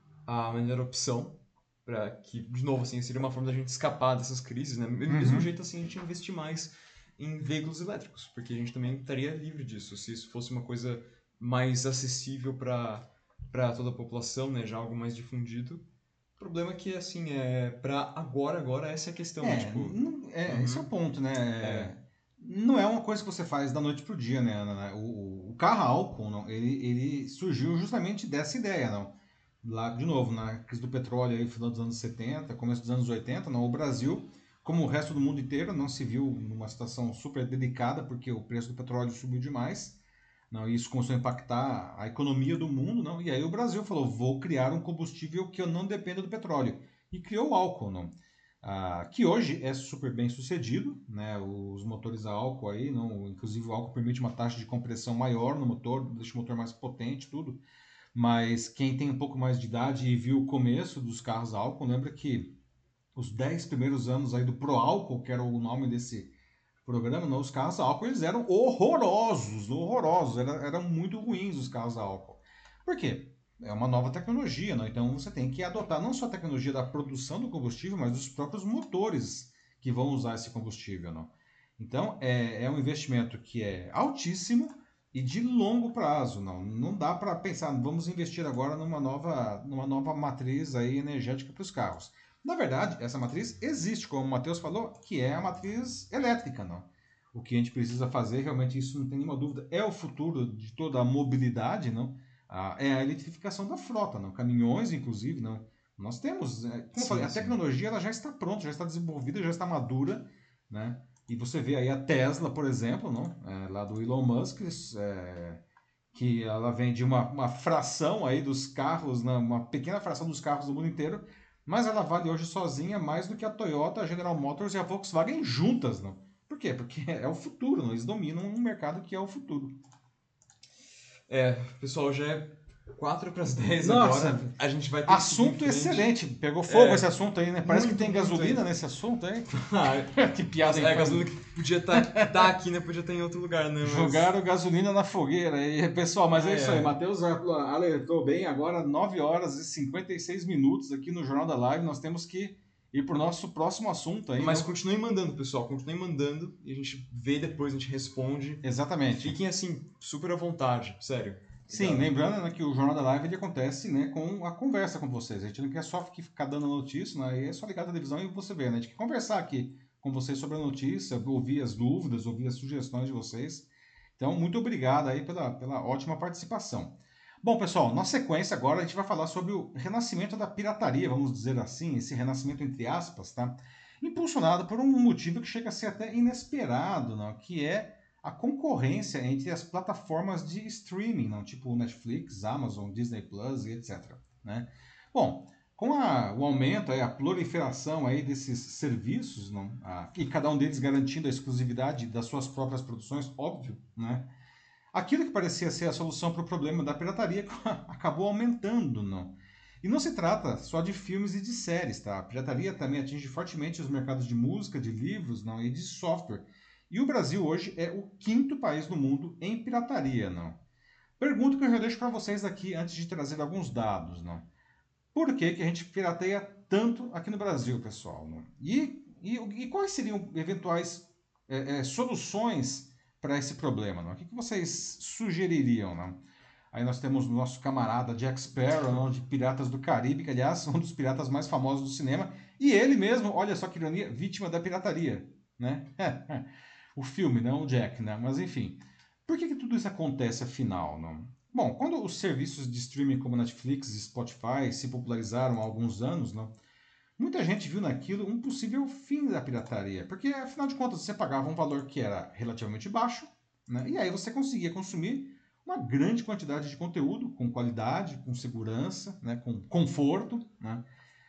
a melhor opção para que, de novo, assim, seria uma forma da gente escapar dessas crises, né? Do mesmo Uhum. jeito, assim, a gente investir mais em veículos elétricos, porque a gente também estaria livre disso, se isso fosse uma coisa mais acessível para para toda a população, né? Já algo mais difundido. O problema é que, assim, é para agora, agora, essa é a questão, né? É, Tipo, não- é, esse é o uhum, ponto, né? é, É, não é uma coisa que você faz da noite pro dia, né, Ana, né? O, o carro a álcool, não, ele, ele surgiu justamente dessa ideia, não. Lá, de novo, na crise do petróleo, aí, final dos anos setenta, começo dos anos oitenta, não, o Brasil, como o resto do mundo inteiro, não se viu numa situação super delicada, porque o preço do petróleo subiu demais, não, e isso começou a impactar a economia do mundo, não, e aí o Brasil falou, vou criar um combustível que eu não dependa do petróleo, e criou o álcool, não. Ah, que hoje é super bem sucedido, né? Os motores a álcool aí, não, inclusive o álcool permite uma taxa de compressão maior no motor, deixa o motor mais potente, tudo. Mas quem tem um pouco mais de idade e viu o começo dos carros a álcool, lembra que os dez primeiros anos aí do Pro Álcool, que era o nome desse programa, não, os carros a álcool eles eram horrorosos, horrorosos, era, eram muito ruins os carros a álcool. Por quê? É uma nova tecnologia, não? Então você tem que adotar não só a tecnologia da produção do combustível, mas dos próprios motores que vão usar esse combustível, não? Então é, é um investimento que é altíssimo e de longo prazo, não? Não dá para pensar, vamos investir agora numa nova, numa nova matriz aí energética para os carros. Na verdade, essa matriz existe, como o Matheus falou, que é a matriz elétrica, não? O que a gente precisa fazer, realmente, isso não tem nenhuma dúvida, é o futuro de toda a mobilidade, não? Ah, é a eletrificação da frota, não? Caminhões, inclusive, não? Nós temos, é, como eu falei, sim, a sim. tecnologia ela já está pronta, já está desenvolvida, já está madura, né? E você vê aí a Tesla, por exemplo, não? É, lá do Elon Musk, é, que ela vende uma, uma fração aí dos carros, né, uma pequena fração dos carros do mundo inteiro, mas ela vale hoje sozinha mais do que a Toyota, a General Motors e a Volkswagen juntas, não? Por quê? Porque é o futuro, não? Eles dominam um mercado que é o futuro. É, pessoal, já é quatro para as dez Nossa, agora, a gente vai ter que seguir em assunto frente. excelente. Pegou fogo esse É, assunto aí, né? Parece que muito, tem muito gasolina ainda. nesse assunto aí. Ah, Que piada nossa, é, a gasolina infame. que podia estar tá, que tá aqui, né? Podia estar em outro lugar, né? Mas. Jogaram gasolina na fogueira aí. Pessoal, mas é Ai, isso aí. ai. Matheus alertou bem. Agora, nove horas e cinquenta e seis minutos aqui no Jornal da Live. Nós temos que ir para o nosso próximo assunto aí, Mas não? continuem mandando, pessoal. Continuem mandando e a gente vê depois, a gente responde. Exatamente. Fiquem assim, super à vontade, sério. Sim, Obrigado. lembrando, né, que o Jornal da Live ele acontece, né, com a conversa com vocês. A gente não quer só ficar dando a notícia, né, é só ligar a televisão e você vê, né? A gente quer conversar aqui com vocês sobre a notícia, ouvir as dúvidas, ouvir as sugestões de vocês. Então, muito obrigado aí pela, pela ótima participação. Bom, pessoal, na sequência agora a gente vai falar sobre o renascimento da pirataria, vamos dizer assim, esse renascimento entre aspas, tá? Impulsionado por um motivo que chega a ser até inesperado, não? Que é a concorrência entre as plataformas de streaming, não? Tipo Netflix, Amazon, Disney Plus e etcétera. Né? Bom, Com a, o aumento, aí, a proliferação aí desses serviços, não? Ah, e cada um deles garantindo a exclusividade das suas próprias produções, óbvio, né? Aquilo que parecia ser a solução para o problema da pirataria acabou aumentando, não? E não se trata só de filmes e de séries, tá? A pirataria também atinge fortemente os mercados de música, de livros, não? E de software. E o Brasil hoje é o quinto país no mundo em pirataria, não? Pergunta que eu já deixo para vocês aqui antes de trazer alguns dados, não? Por que, que a gente pirateia tanto aqui no Brasil, pessoal? Não? E, e, e quais seriam eventuais é, é, soluções para esse problema? Não? O que, que vocês sugeririam? Não? Aí nós temos o nosso camarada Jack Sparrow, não, de Piratas do Caribe, que aliás é um dos piratas mais famosos do cinema, e ele mesmo, olha só que ironia, vítima da pirataria, né? O filme, não o Jack, né? Mas enfim, por que, que tudo isso acontece afinal, não? Bom, quando os serviços de streaming como Netflix e Spotify se popularizaram há alguns anos, não, muita gente viu naquilo um possível fim da pirataria, porque afinal de contas você pagava um valor que era relativamente baixo, né? E aí você conseguia consumir uma grande quantidade de conteúdo com qualidade, com segurança, né? Com conforto, né?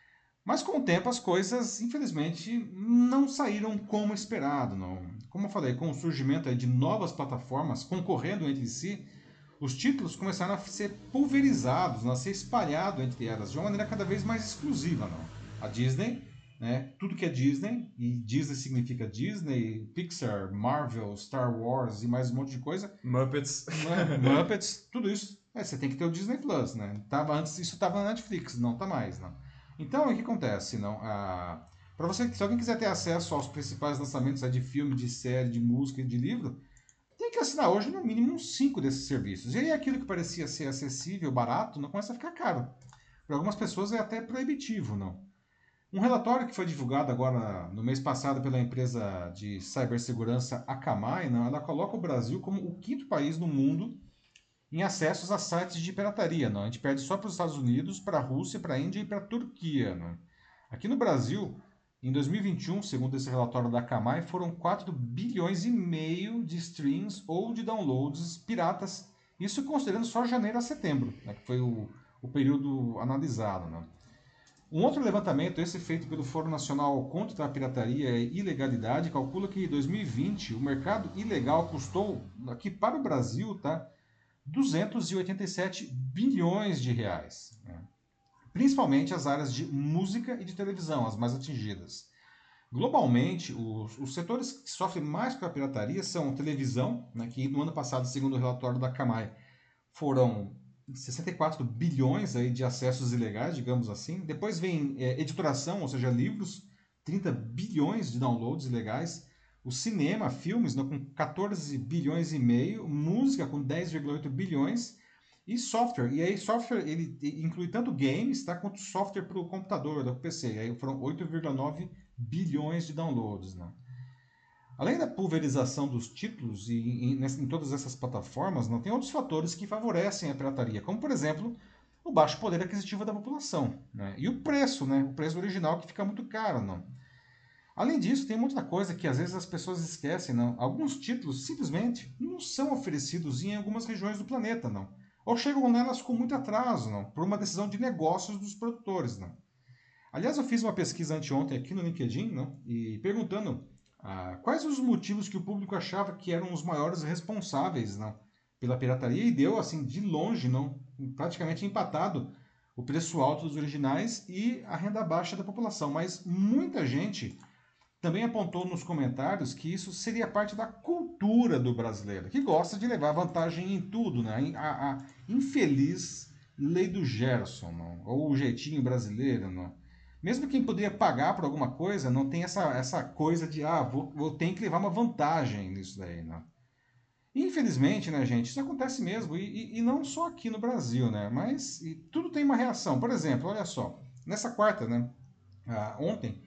Mas com o tempo as coisas, infelizmente, não saíram como esperado. Não. Como eu falei, com o surgimento aí de novas plataformas concorrendo entre si, os títulos começaram a ser pulverizados, a ser espalhados entre elas de uma maneira cada vez mais exclusiva. Não. A Disney, né, tudo que é Disney, e Disney significa Disney, Pixar, Marvel, Star Wars e mais um monte de coisa. Muppets. Né, Muppets, tudo isso. É, você tem que ter o Disney Plus, né? Tava, antes isso estava na Netflix, não está mais. Não. Então, o que acontece? Não? Ah, para você, se alguém quiser ter acesso aos principais lançamentos de filme, de série, de música e de livro, tem que assinar hoje no mínimo uns cinco desses serviços. E aí aquilo que parecia ser acessível, barato, não começa a ficar caro. Para algumas pessoas é até proibitivo, não. Um relatório que foi divulgado agora no mês passado pela empresa de cibersegurança Akamai, não, ela coloca o Brasil como o quinto país no mundo em acessos a sites de pirataria. Não. A gente perde só para os Estados Unidos, para a Rússia, para a Índia e para a Turquia. Não. Aqui no Brasil, em dois mil e vinte e um, segundo esse relatório da Akamai, foram quatro bilhões e meio de streams ou de downloads piratas, isso considerando só janeiro a setembro, né, que foi o, o período analisado. Né. Um outro levantamento, esse feito pelo Fórum Nacional contra a Pirataria e Ilegalidade, calcula que em dois mil e vinte o mercado ilegal custou, aqui para o Brasil, tá, duzentos e oitenta e sete bilhões de reais, né? Principalmente as áreas de música e de televisão, as mais atingidas. Globalmente, os, os setores que sofrem mais com a pirataria são televisão, né, que no ano passado, segundo o relatório da Akamai, foram sessenta e quatro bilhões aí de acessos ilegais, digamos assim. Depois vem é, editoração, ou seja, livros, trinta bilhões de downloads ilegais. O cinema, filmes, né, com quatorze bilhões e meio, música com dez vírgula oito bilhões e software. E aí software ele inclui tanto games, tá, quanto software para o computador, do P C. E aí foram oito vírgula nove bilhões de downloads, né? Além da pulverização dos títulos e em, em todas essas plataformas, não tem outros fatores que favorecem a pirataria, como por exemplo o baixo poder aquisitivo da população, né? E o preço, né? O preço original que fica muito caro, não? Além disso, tem muita coisa que às vezes as pessoas esquecem, não? Alguns títulos simplesmente não são oferecidos em algumas regiões do planeta, não? Ou chegam nelas com muito atraso, não? Por uma decisão de negócios dos produtores, não? Aliás, eu fiz uma pesquisa anteontem aqui no LinkedIn, não? E perguntando ah, quais os motivos que o público achava que eram os maiores responsáveis, não? Pela pirataria e deu, assim, de longe, não? Praticamente empatado o preço alto dos originais e a renda baixa da população. Mas muita gente também apontou nos comentários que isso seria parte da cultura do brasileiro, que gosta de levar vantagem em tudo, né? A, a infeliz lei do Gerson, não? Ou o jeitinho brasileiro, não? Mesmo quem poderia pagar por alguma coisa, não tem essa, essa coisa de, ah, vou, vou ter que levar uma vantagem nisso daí, não? Infelizmente, né, gente, isso acontece mesmo, e, e, e não só aqui no Brasil, né? Mas tudo tem uma reação. Por exemplo, olha só, nessa quarta, né? Ah, ontem,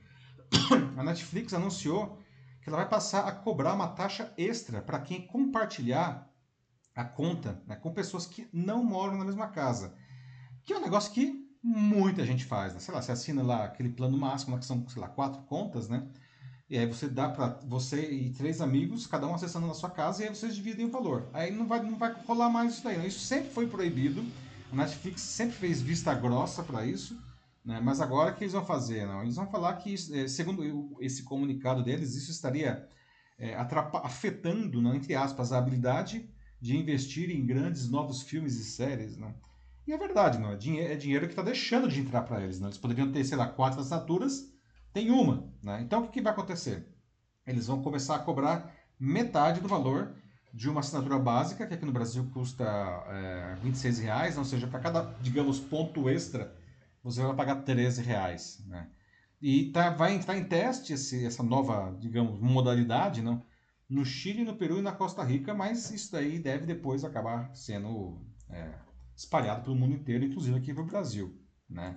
a Netflix anunciou que ela vai passar a cobrar uma taxa extra para quem compartilhar a conta, né, com pessoas que não moram na mesma casa. Que é um negócio que muita gente faz, né? Sei lá, você assina lá aquele plano máximo, que são, sei lá, quatro contas, né? E aí você dá para você e três amigos, cada um acessando na sua casa, e aí vocês dividem o valor. Aí não vai, não vai rolar mais isso daí, né? Isso sempre foi proibido. A Netflix sempre fez vista grossa para isso. né? Mas agora o que eles vão fazer? Não? Eles vão falar que, eh, segundo esse comunicado deles, isso estaria é, atrapa- afetando, não, entre aspas, a habilidade de investir em grandes novos filmes e séries. Não? E é verdade, não? É, dinhe é dinheiro que está deixando de entrar para eles. Não? Eles poderiam ter, sei lá, quatro assinaturas, tem uma. Né? Então o que, que vai acontecer? Eles vão começar a cobrar metade do valor de uma assinatura básica, que aqui no Brasil custa é, vinte e seis reais, ou seja, para cada, digamos, ponto extra, você vai pagar treze reais. Né? E tá, vai entrar em teste esse, essa nova, digamos, modalidade, não? No Chile, no Peru e na Costa Rica, mas isso daí deve depois acabar sendo é, espalhado pelo mundo inteiro, inclusive aqui para o Brasil, né?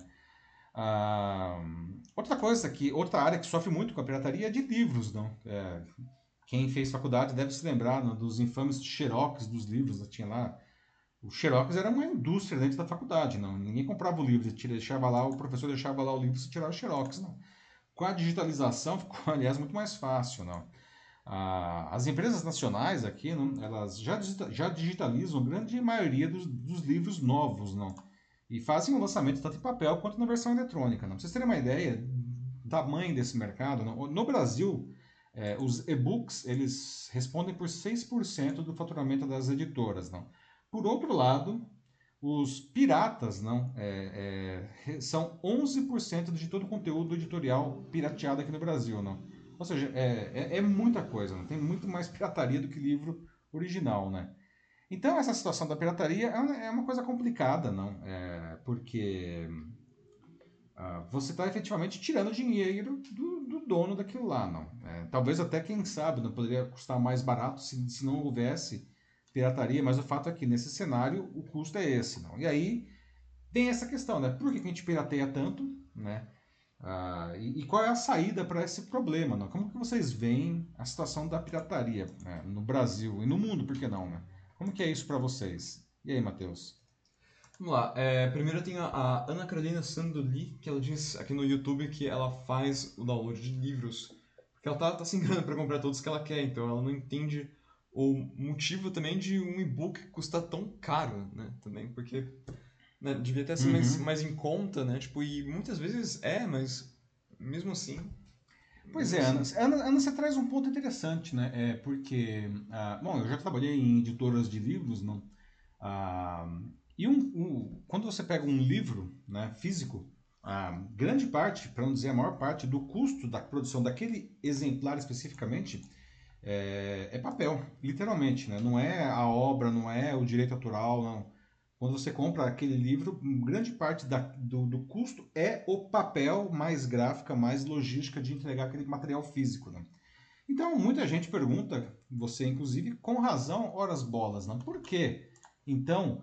Ah, outra coisa que outra área que sofre muito com a pirataria é de livros, não? É, quem fez faculdade deve se lembrar, não, dos infames xerox dos livros, né? Tinha lá o xerox era uma indústria dentro da faculdade, não? Ninguém comprava o livro, deixava lá, o professor deixava lá o livro e tirava o xerox, não? Com a digitalização ficou, aliás, muito mais fácil, não? Ah, as empresas nacionais aqui, não, elas já, já digitalizam a grande maioria dos, dos livros novos, não? E fazem o lançamento tanto em papel quanto na versão eletrônica, não? Pra vocês terem uma ideia do tamanho desse mercado, não? No Brasil, eh, os e-books, eles respondem por seis por cento do faturamento das editoras, não? Por outro lado, os piratas não é, é, são onze por cento de todo o conteúdo editorial pirateado aqui no Brasil, não. Ou seja, é, é, é muita coisa, não? Tem muito mais pirataria do que livro original, né? Então essa situação da pirataria é uma, é uma coisa complicada, não? É, porque ah, você está efetivamente tirando dinheiro do, do dono daquilo lá, não? É, talvez até, quem sabe, não poderia custar mais barato se, se não houvesse pirataria, mas o fato é que nesse cenário o custo é esse, não? E aí tem essa questão, né? Por que, que a gente pirateia tanto, né? Ah, e, e qual é a saída para esse problema, não? Como que vocês veem a situação da pirataria, né, no Brasil e no mundo, por que não, né? Como que é isso para vocês? E aí, Matheus? Vamos lá. É, primeiro eu tenho a, a Ana Carolina Sandoli, que ela diz aqui no YouTube que ela faz o download de livros. Porque ela tá, tá se enganando para comprar todos que ela quer, então ela não entende o motivo também de um e-book custar tão caro, né? Também, porque né, devia até ser mais, Uhum. mais em conta, né? Tipo, e muitas vezes é, mas mesmo assim, Pois mesmo é, Ana, assim. Ana, Ana, você traz um ponto interessante, né? É porque, ah, bom, eu já trabalhei em editoras de livros, não? Ah, e um, um- quando você pega um livro, né, físico, a grande parte, para não dizer a maior parte, do custo da produção daquele exemplar especificamente é, é papel, literalmente, né? Não é a obra, não é o direito autoral, não. Quando você compra aquele livro, grande parte da, do, do custo é o papel, mais gráfica, mais logística de entregar aquele material físico, né? Então, muita gente pergunta, você inclusive, com razão, horas bolas, né? Por quê? Então,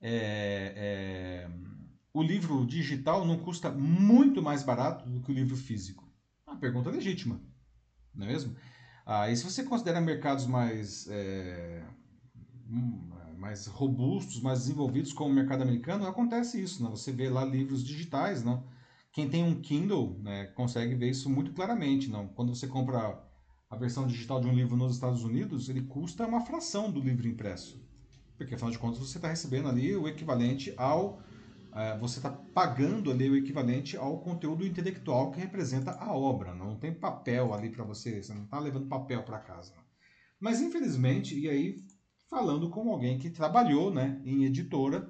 é, é, o livro digital não custa muito mais barato do que o livro físico? Uma pergunta legítima, não é mesmo? Ah, e se você considera mercados mais, é, hum, mais robustos, mais desenvolvidos, como o mercado americano, acontece isso, né? Você vê lá livros digitais, não? Quem tem um Kindle, né, consegue ver isso muito claramente, não? Quando você compra a versão digital de um livro nos Estados Unidos, ele custa uma fração do livro impresso. Porque, afinal de contas, você está recebendo ali o equivalente ao... Uh, você está pagando ali o equivalente ao conteúdo intelectual que representa a obra. Não tem papel ali para você, você não está levando papel para casa. Não. Mas, infelizmente, e aí falando como alguém que trabalhou, né, em editora,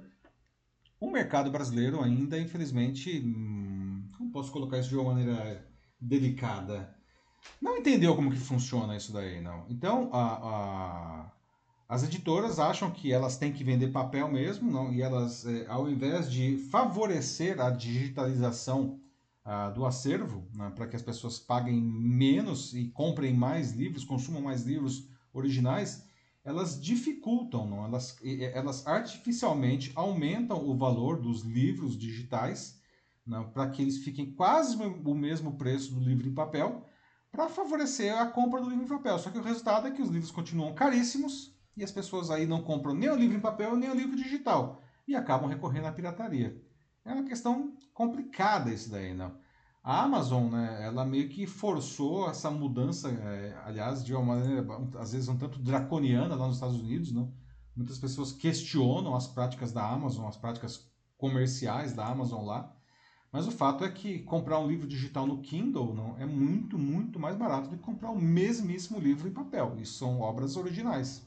o mercado brasileiro ainda, infelizmente, hum, como posso colocar isso de uma maneira delicada? Não entendeu como que funciona isso daí, não. Então, a, a- as editoras acham que elas têm que vender papel mesmo, não? E elas, eh, ao invés de favorecer a digitalização ah, do acervo, né, para que as pessoas paguem menos e comprem mais livros, consumam mais livros originais, elas dificultam, não? Elas, elas artificialmente aumentam o valor dos livros digitais, para que eles fiquem quase o mesmo preço do livro em papel, para favorecer a compra do livro em papel. Só que o resultado é que os livros continuam caríssimos e as pessoas aí não compram nem o livro em papel nem o livro digital e acabam recorrendo à pirataria. É uma questão complicada isso daí, não? A Amazon, né, ela meio que forçou essa mudança, é, aliás, de uma maneira, às vezes, um tanto draconiana lá nos Estados Unidos, não? Muitas pessoas questionam as práticas da Amazon, as práticas comerciais da Amazon lá, Mas o fato é que comprar um livro digital no Kindle não é muito, muito mais barato do que comprar o mesmíssimo livro em papel. Isso são obras originais.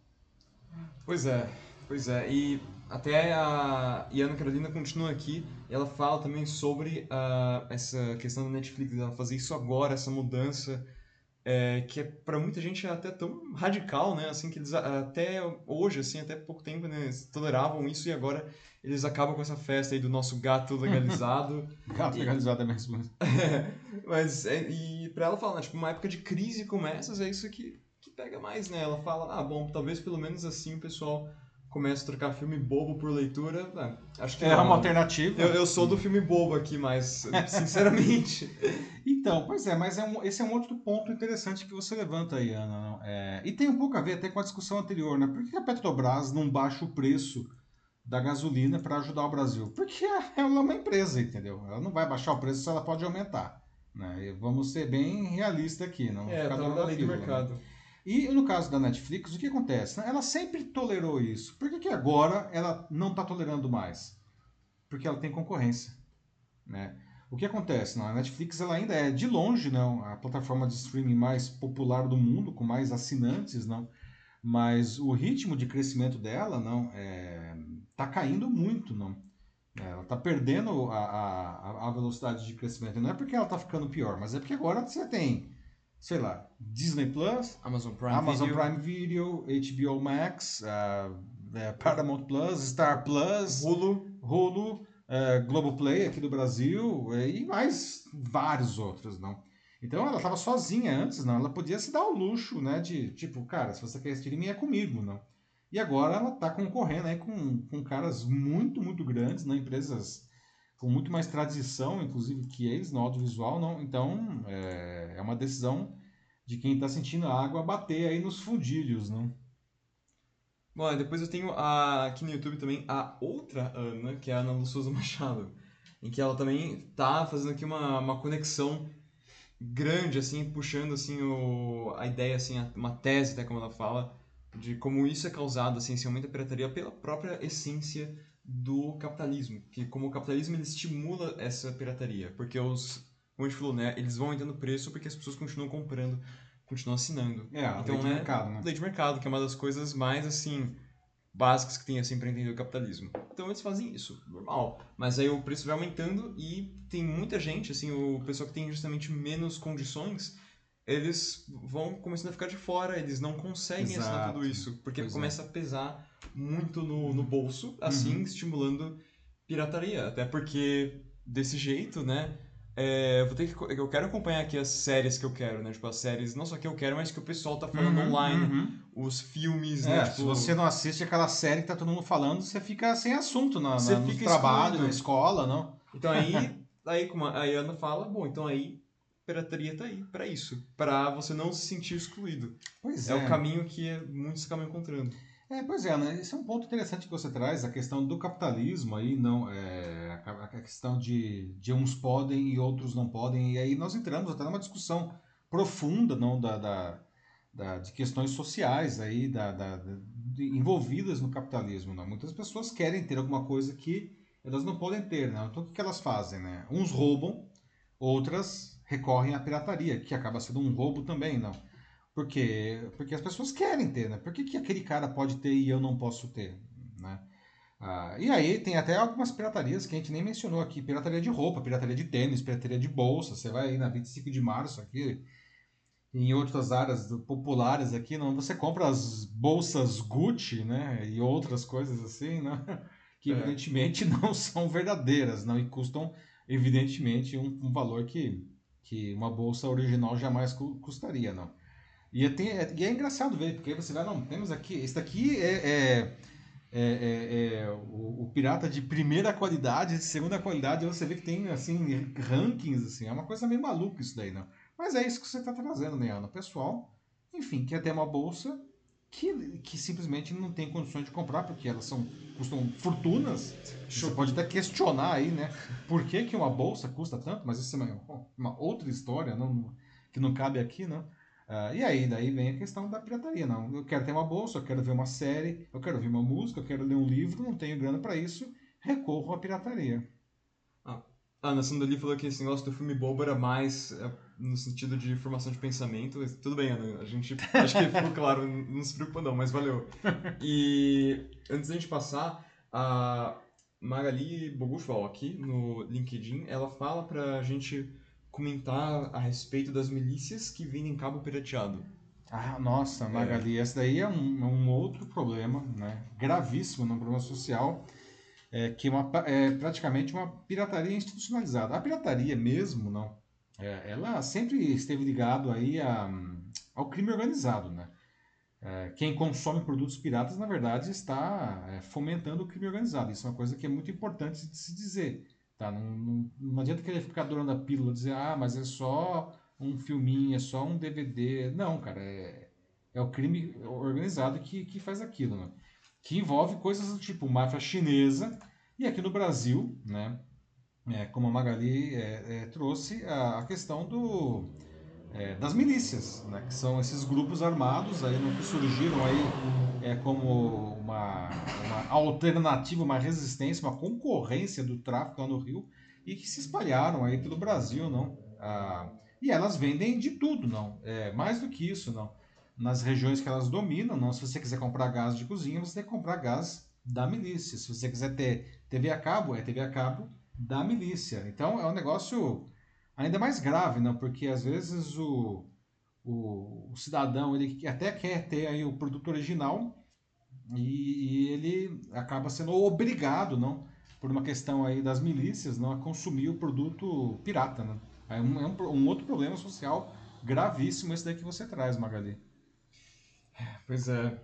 Pois é, pois é. E até a e a Ana Carolina continua aqui, e ela fala também sobre ah, essa questão da Netflix, ela fazer isso agora, essa mudança, é, que é, para muita gente é até tão radical, né? Assim, que eles a- até hoje, assim, até pouco tempo, né, eles toleravam isso e agora eles acabam com essa festa aí do nosso gato legalizado. Gato E, legalizado é mesmo. mas, é, e pra ela falar, né, tipo, uma época de crise como essas, é isso que, que pega mais, né? Ela fala, ah, bom, talvez pelo menos assim o pessoal comece a trocar filme bobo por leitura. Ah, acho que É uma não. Eu, alternativa. eu sou do filme bobo aqui, mas, sinceramente... Então, pois é, mas é um- esse é um outro ponto interessante que você levanta aí, Ana. Não? É, e tem um pouco a ver até com a discussão anterior, né? Por que a Petrobras não baixa o preço da gasolina para ajudar o Brasil? Porque ela é uma empresa, entendeu? Ela não vai baixar o preço se ela pode aumentar. Né? E vamos ser bem realistas aqui, não É, a ficar tal dona da da lei do pílula, né? mercado. E no caso da Netflix, o que acontece? Ela sempre tolerou isso. Por que, que agora ela não está tolerando mais? Porque ela tem concorrência. Né? O que acontece? Não, a Netflix ela ainda é, de longe, não, a plataforma de streaming mais popular do mundo, com mais assinantes, não, mas o ritmo de crescimento dela não é, tá caindo muito, não. É, ela está perdendo a, a, a velocidade de crescimento. Não é porque ela está ficando pior, mas é porque agora você tem, sei lá, Disney Plus, Amazon Prime Amazon Video, Prime Video, H B O Max, uh, é, Paramount Plus, Star Plus, Hulu. Hulu, é, Globoplay aqui do Brasil é, e mais vários outros, não. Então ela estava sozinha antes, não. Ela podia se dar o luxo, né, de tipo, cara, se você quer assistir em mim é comigo, não. E agora ela está concorrendo aí com, com caras muito, muito grandes, né, empresas com muito mais tradição, inclusive, que eles no audiovisual, não. Então é, é uma decisão de quem está sentindo a água bater aí nos fundilhos, não. Bom, depois eu tenho a, aqui no YouTube também a outra Ana, que é a Ana Lu Souza Machado, em que ela também tá fazendo aqui uma, uma conexão grande, assim, puxando, assim, o, a ideia, assim, a- uma tese, até como ela fala, de como isso é causado, assim, esse aumento da pirataria pela própria essência do capitalismo, que como o capitalismo ele estimula essa pirataria, porque os, como a gente falou, né, eles vão aumentando o preço porque as pessoas continuam comprando, continuam assinando. É, a lei Então, de né, mercado, né? lei de mercado, que é uma das coisas mais, assim, básicas que tem assim para entender o capitalismo. Então eles fazem isso, normal. Mas aí o preço vai aumentando e tem muita gente, assim, o pessoal que tem justamente menos condições, eles vão começando a ficar de fora, eles não conseguem assinar tudo Exato. isso, porque Pois é. começa a pesar muito no, no bolso, assim, Uhum. estimulando pirataria. Até porque desse jeito, né? É, eu, vou ter que, eu quero acompanhar aqui as séries que eu quero, né? Tipo, as séries, não só que eu quero, mas que o pessoal tá falando Uhum, online, uhum. os filmes, né? É, se você Tipo, não assiste aquela série que tá todo mundo falando, você fica sem assunto na, você na- no fica trabalho, na excluído. escola, não? Então aí, aí como a Ana fala, bom, então aí pirataria tá aí para isso, para você não se sentir excluído. Pois É o é. caminho que muitos acabam encontrando. É, pois é, né? Esse é um ponto interessante que você traz, a questão do capitalismo aí, não, é, a, a questão de, de uns podem e outros não podem, e aí nós entramos até numa discussão profunda, não, da, da, da- de questões sociais aí, da, da- da- de- envolvidas no capitalismo, não. Muitas pessoas querem ter alguma coisa que elas não podem ter, né? Então o que que elas fazem, né? Uns roubam, outras recorrem à pirataria, que acaba sendo um roubo também, não. Por quê? Porque as pessoas querem ter, né? Por que, que aquele cara pode ter e eu não posso ter, né? Ah, e aí tem até algumas piratarias que a gente nem mencionou aqui. Pirataria de roupa, pirataria de tênis, pirataria de bolsa. Você vai aí na vinte e cinco de março aqui, em outras áreas do- populares aqui, não, você compra as bolsas Gucci, né? E outras coisas assim, né? Que É. evidentemente não são verdadeiras, não? E custam, evidentemente, um, um valor que, que uma bolsa original jamais cu- custaria, não? E é, tem- é- e é engraçado ver, porque aí você vai, não, temos aqui, esse daqui é, é, é, é- é o, o pirata de primeira qualidade, de segunda qualidade, aí você vê que tem, assim, rankings, assim, é uma coisa meio maluca isso daí, não? Mas é isso que você está trazendo, né, Ana? O pessoal, enfim, quer ter uma bolsa que, que simplesmente não tem condições de comprar, porque elas são, custam fortunas, você pode Shopee. até questionar aí, né, por que, que uma bolsa custa tanto, mas isso é uma, uma outra história, não, que não cabe aqui, não? Ah, e aí, daí vem a questão da pirataria. Não, eu quero ter uma bolsa, eu quero ver uma série, eu quero ouvir uma música, eu quero ler um livro, não tenho grana para isso, recorro à pirataria. Ah, Ah, na Sandali falou que esse negócio do filme bobo era mais é, no sentido de formação de pensamento. Mas tudo bem, Ana, a gente acho que ficou claro, não não se preocupa não, mas valeu. E antes da gente passar, a Magali Boguschwal aqui no LinkedIn, ela fala pra gente comentar a respeito das milícias que vendem cabo pirateado. Ah, nossa, É, Magali, esse daí é um, é um outro problema, né? Gravíssimo, né? Um problema social, é, que é, uma, pa- é praticamente uma pirataria institucionalizada. A pirataria mesmo, não, é, ela sempre esteve ligado aí a, ao crime organizado, né? É, quem consome produtos piratas, na verdade, está é, fomentando o crime organizado. Isso é uma coisa que é muito importante de se dizer. Tá? Não, não, não adianta querer ficar adorando a pílula, dizer, ah, mas é só um filminho, é só um D V D. Não, cara, é, é o crime organizado que, que faz aquilo, né? Que envolve coisas do tipo máfia chinesa. E aqui no Brasil, né, é, como a Magali é, é, trouxe, a, a questão do, é, das milícias, né, que são esses grupos armados aí, no, que surgiram aí é, como uma, uma alternativa, uma resistência, uma concorrência do tráfico lá no Rio e que se espalharam aí pelo Brasil, não? Ah, e elas vendem de tudo, não? É, mais do que isso, não? Nas regiões que elas dominam, não? Se você quiser comprar gás de cozinha, você tem que comprar gás da milícia. Se você quiser ter T V a cabo, é T V a cabo da milícia. Então é um negócio ainda mais grave, não? Porque às vezes o, o, o cidadão ele até quer ter aí o produto original e, e ele acaba sendo obrigado, não, por uma questão aí das milícias, não, a consumir o produto pirata, né? É um, é um, um outro problema social gravíssimo esse daí que você traz, Magali. pois é.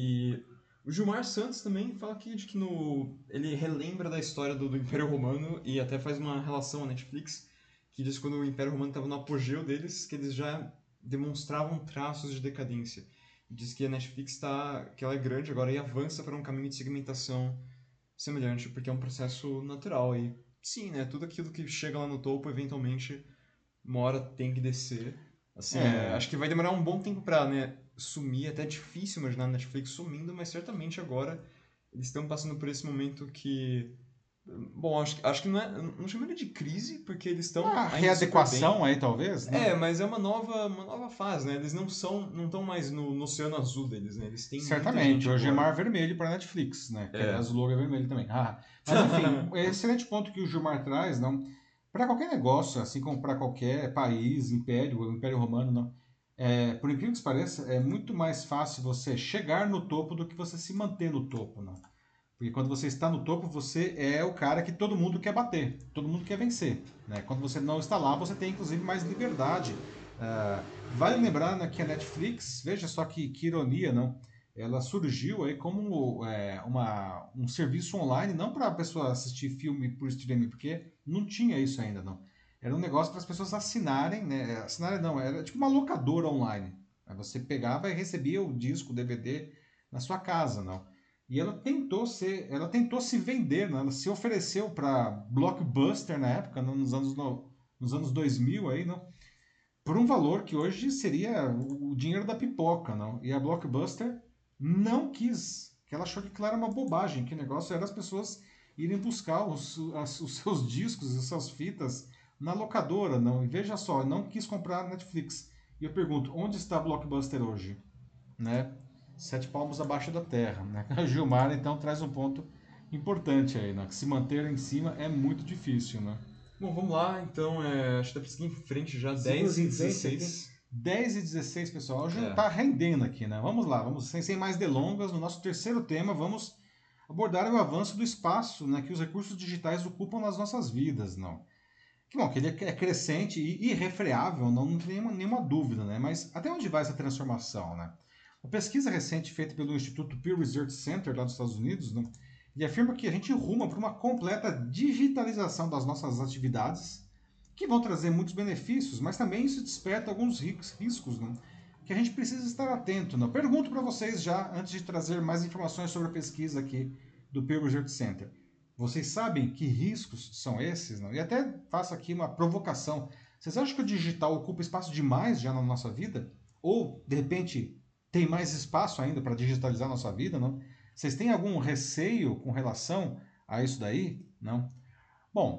E o Gilmar Santos também fala aqui de que no, ele relembra da história do, do Império Romano e até faz uma relação à Netflix que diz que quando o Império Romano estava no apogeu deles, que eles já demonstravam traços de decadência. Diz que a Netflix está, que ela é grande agora e avança para um caminho de segmentação semelhante, porque é um processo natural. E sim, né, tudo aquilo que chega lá no topo, eventualmente, uma hora tem que descer. Assim, é, É, acho que vai demorar um bom tempo pra, né, sumir. É até difícil imaginar a Netflix sumindo, mas certamente agora eles estão passando por esse momento que... Bom, acho, acho que não é... Não chamaria de crise, porque eles estão uma ainda super readequação bem. aí, talvez, né? É, mas é uma nova, uma nova fase, né? Eles não são, não estão mais no, no oceano azul deles, né? Eles têm muita Certamente, gente hoje é agora. mar vermelho para Netflix, né? Que É. aliás o logo é vermelho também. Ah, mas enfim, um excelente ponto que o Gilmar traz, não? Para qualquer negócio, assim como para qualquer país, império, o Império Romano, não? É, por incrível que pareça, é muito mais fácil você chegar no topo do que você se manter no topo, não? Porque quando você está no topo, você é o cara que todo mundo quer bater, todo mundo quer vencer, né? Quando você não está lá, você tem inclusive mais liberdade. Ah, vale lembrar, né, que a Netflix, veja só que, que ironia, não? Ela surgiu aí como é, uma, um serviço online, não para a pessoa assistir filme por streaming, porque não tinha isso ainda, não. Era um negócio para as pessoas assinarem, né? Assinarem não, era tipo uma locadora online. Aí você pegava e recebia o disco, o D V D na sua casa, não. E ela tentou ser, ela tentou se vender, né? Ela se ofereceu para Blockbuster na época, não, nos anos no, nos anos dois mil aí, não? Por um valor que hoje seria o dinheiro da pipoca, não? E a Blockbuster não quis, que ela achou que aquilo era uma bobagem, que o negócio era as pessoas irem buscar os, as, os seus discos, as suas fitas na locadora, não? E veja só, não quis comprar a Netflix. E eu pergunto, onde está a Blockbuster hoje? Né? Sete palmos abaixo da terra, né? A Gilmar então traz um ponto importante aí, né? Que se manter em cima é muito difícil, né? Bom, vamos lá. Então, é, acho que dá pra seguir em frente já, Seguimos dez e em frente aqui. dezesseis. dez e dezesseis, pessoal. Hoje É. tá rendendo aqui, né? Vamos lá, vamos sem, sem mais delongas. No nosso terceiro tema, vamos abordar o avanço do espaço, né, que os recursos digitais ocupam nas nossas vidas, não? Que bom, que ele é crescente e irrefreável, não, não tem nenhuma, nenhuma dúvida, né? Mas até onde vai essa transformação, né? Uma pesquisa recente feita pelo Instituto Pew Research Center lá dos Estados Unidos, né, ele afirma que a gente ruma para uma completa digitalização das nossas atividades, que vão trazer muitos benefícios, mas também isso desperta alguns riscos, né, que a gente precisa estar atento. Né? Pergunto para vocês já, antes de trazer mais informações sobre a pesquisa aqui do Pew Research Center. Vocês sabem que riscos são esses? Não? E até faço aqui uma provocação. Vocês acham que o digital ocupa espaço demais já na nossa vida? Ou, de repente, tem mais espaço ainda para digitalizar a nossa vida? Não? Vocês têm algum receio com relação a isso daí? Não? Bom,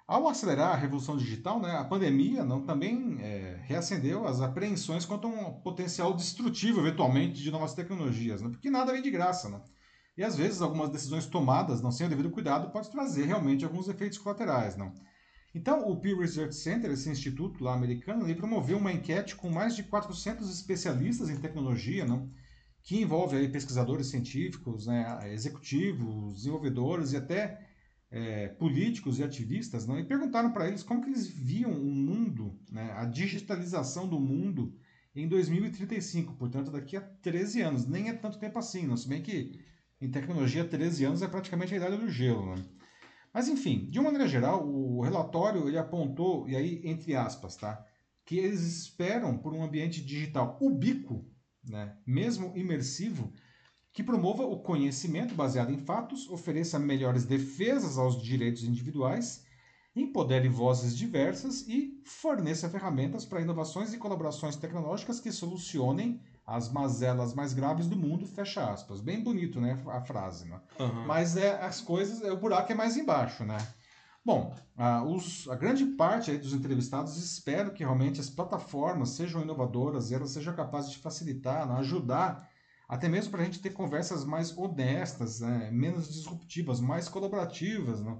Ao acelerar a revolução digital, né, a pandemia não, também é, reacendeu as apreensões quanto a um potencial destrutivo, eventualmente, de novas tecnologias, né, porque nada vem de graça. Né, e às vezes algumas decisões tomadas não sem o devido cuidado pode trazer realmente alguns efeitos colaterais. Não. Então, o Pew Research Center, esse instituto lá americano, ele promoveu uma enquete com mais de quatrocentos especialistas em tecnologia, não, que envolve aí pesquisadores científicos, né, executivos, desenvolvedores e até é, políticos e ativistas, né, e perguntaram para eles como que eles viam o mundo, né, a digitalização do mundo em dois mil e trinta e cinco, portanto daqui a treze anos, nem é tanto tempo assim, não, se bem que em tecnologia treze anos é praticamente a idade do gelo. Né? Mas enfim, de uma maneira geral, o relatório ele apontou, e aí entre aspas, tá, que eles esperam por um ambiente digital ubíquo, né, mesmo imersivo, que promova o conhecimento baseado em fatos, ofereça melhores defesas aos direitos individuais, empodere vozes diversas e forneça ferramentas para inovações e colaborações tecnológicas que solucionem as mazelas mais graves do mundo, fecha aspas. Bem bonito, né, a frase, né? Aham. Mas é, as coisas, é, o buraco é mais embaixo, né? Bom, a, os, a grande parte aí dos entrevistados espera que realmente as plataformas sejam inovadoras e elas sejam capazes de facilitar, né, ajudar, até mesmo para a gente ter conversas mais honestas, né, menos disruptivas, mais colaborativas, né?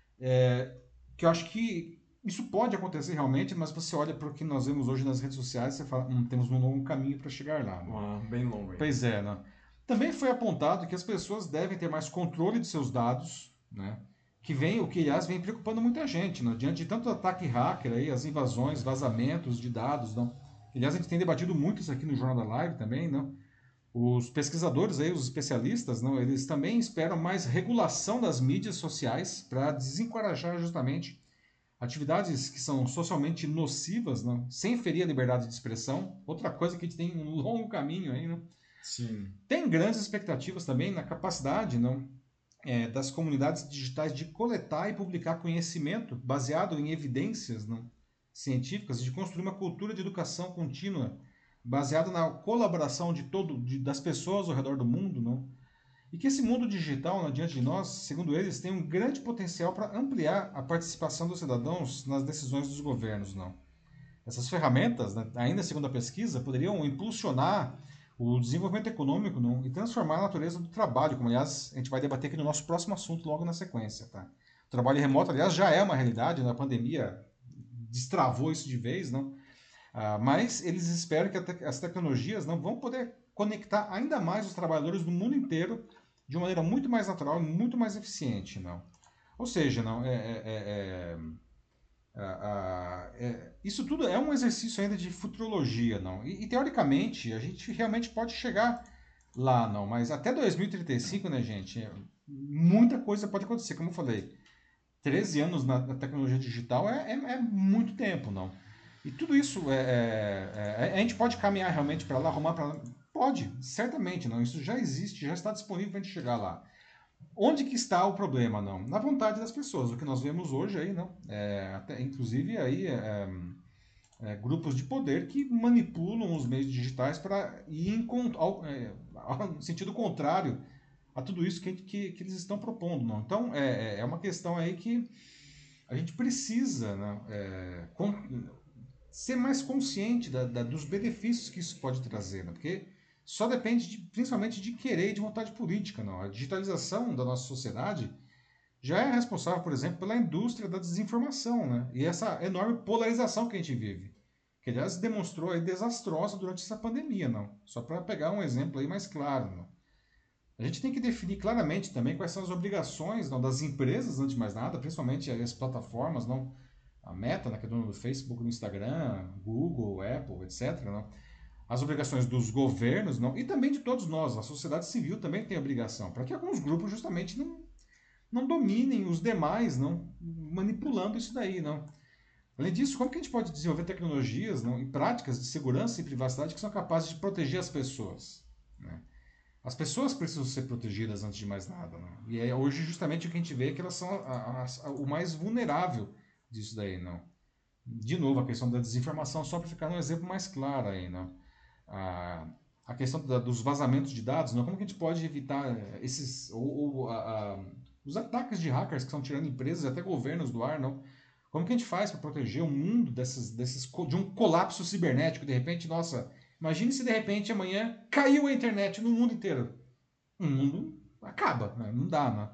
É, que eu acho que isso pode acontecer realmente, mas você olha para o que nós vemos hoje nas redes sociais e você fala, hum, temos um longo caminho para chegar lá. Né? Ah, bem longo ainda. Pois é, né? Também foi apontado que as pessoas devem ter mais controle de seus dados, né? Que vem, o que aliás vem preocupando muita gente, né? Diante de tanto ataque hacker aí, as invasões, vazamentos de dados, não? Aliás, a gente tem debatido muito isso aqui no Jornal da Live também, não? Os pesquisadores aí, os especialistas, não, eles também esperam mais regulação das mídias sociais para desencorajar justamente atividades que são socialmente nocivas, não, sem ferir a liberdade de expressão. Outra coisa que a gente tem um longo caminho aí, não? Sim. Tem grandes expectativas também na capacidade, não, é, das comunidades digitais de coletar e publicar conhecimento baseado em evidências, não, científicas, de construir uma cultura de educação contínua baseada na colaboração de todo, de, das pessoas ao redor do mundo, não? E que esse mundo digital, né, diante de nós, segundo eles, tem um grande potencial para ampliar a participação dos cidadãos nas decisões dos governos, não? Essas ferramentas, né, ainda segundo a pesquisa, poderiam impulsionar o desenvolvimento econômico, não, e transformar a natureza do trabalho, como aliás a gente vai debater aqui no nosso próximo assunto logo na sequência, tá? O trabalho remoto, aliás, já é uma realidade, na pandemia destravou isso de vez, não? Ah, mas eles esperam que te as tecnologias não vão poder conectar ainda mais os trabalhadores do mundo inteiro de uma maneira muito mais natural e muito mais eficiente, não? Ou seja, não é, é, é, é, a- é, isso tudo é um exercício ainda de futurologia, não? E, e, teoricamente a gente realmente pode chegar lá, não? Mas até dois mil e trinta e cinco, né, gente? Muita coisa pode acontecer, como eu falei. treze anos na, na tecnologia digital é, é, é muito tempo, não? E tudo isso, é, é, é, a gente pode caminhar realmente para lá, arrumar para lá? Pode, certamente, não. Isso já existe, já está disponível para a gente chegar lá. Onde que está o problema, não? Na vontade das pessoas. O que nós vemos hoje aí, não? É, até, inclusive aí é, é, grupos de poder que manipulam os meios digitais para ir em, ao, é, no sentido contrário a tudo isso que, que, que eles estão propondo, não? Então é, é, é uma questão aí que a gente precisa, né, é, com, ser mais consciente da, da, dos benefícios que isso pode trazer, né? Porque só depende de, principalmente de querer e de vontade política. Não? A digitalização da nossa sociedade já é responsável, por exemplo, pela indústria da desinformação, né? E essa enorme polarização que a gente vive, que aliás demonstrou aí desastrosa durante essa pandemia, não? Só para pegar um exemplo aí mais claro, não? A gente tem que definir claramente também quais são as obrigações, não, das empresas, antes de mais nada, principalmente as plataformas, não? A Meta, né, que é dona do Facebook, do Instagram, Google, Apple, etcétera. Não? As obrigações dos governos, não? E também de todos nós, a sociedade civil também tem obrigação, para que alguns grupos justamente não, não dominem os demais, não, manipulando isso daí, não. Além disso, como que a gente pode desenvolver tecnologias, não, e práticas de segurança e privacidade que são capazes de proteger as pessoas, né? As pessoas precisam ser protegidas antes de mais nada, né? E é hoje justamente o que a gente vê é que elas são a, a, a, o mais vulnerável disso daí, não. De novo, a questão da desinformação, só para ficar um exemplo mais claro aí, não. A, a questão da, dos vazamentos de dados, não. Como que a gente pode evitar esses ou, ou a, a, os ataques de hackers que estão tirando empresas e até governos do ar, não? Como que a gente faz para proteger o mundo desses, desses, de um colapso cibernético? De repente, nossa, imagine se de repente amanhã caiu a internet no mundo inteiro. O mundo acaba, né? Não dá, né?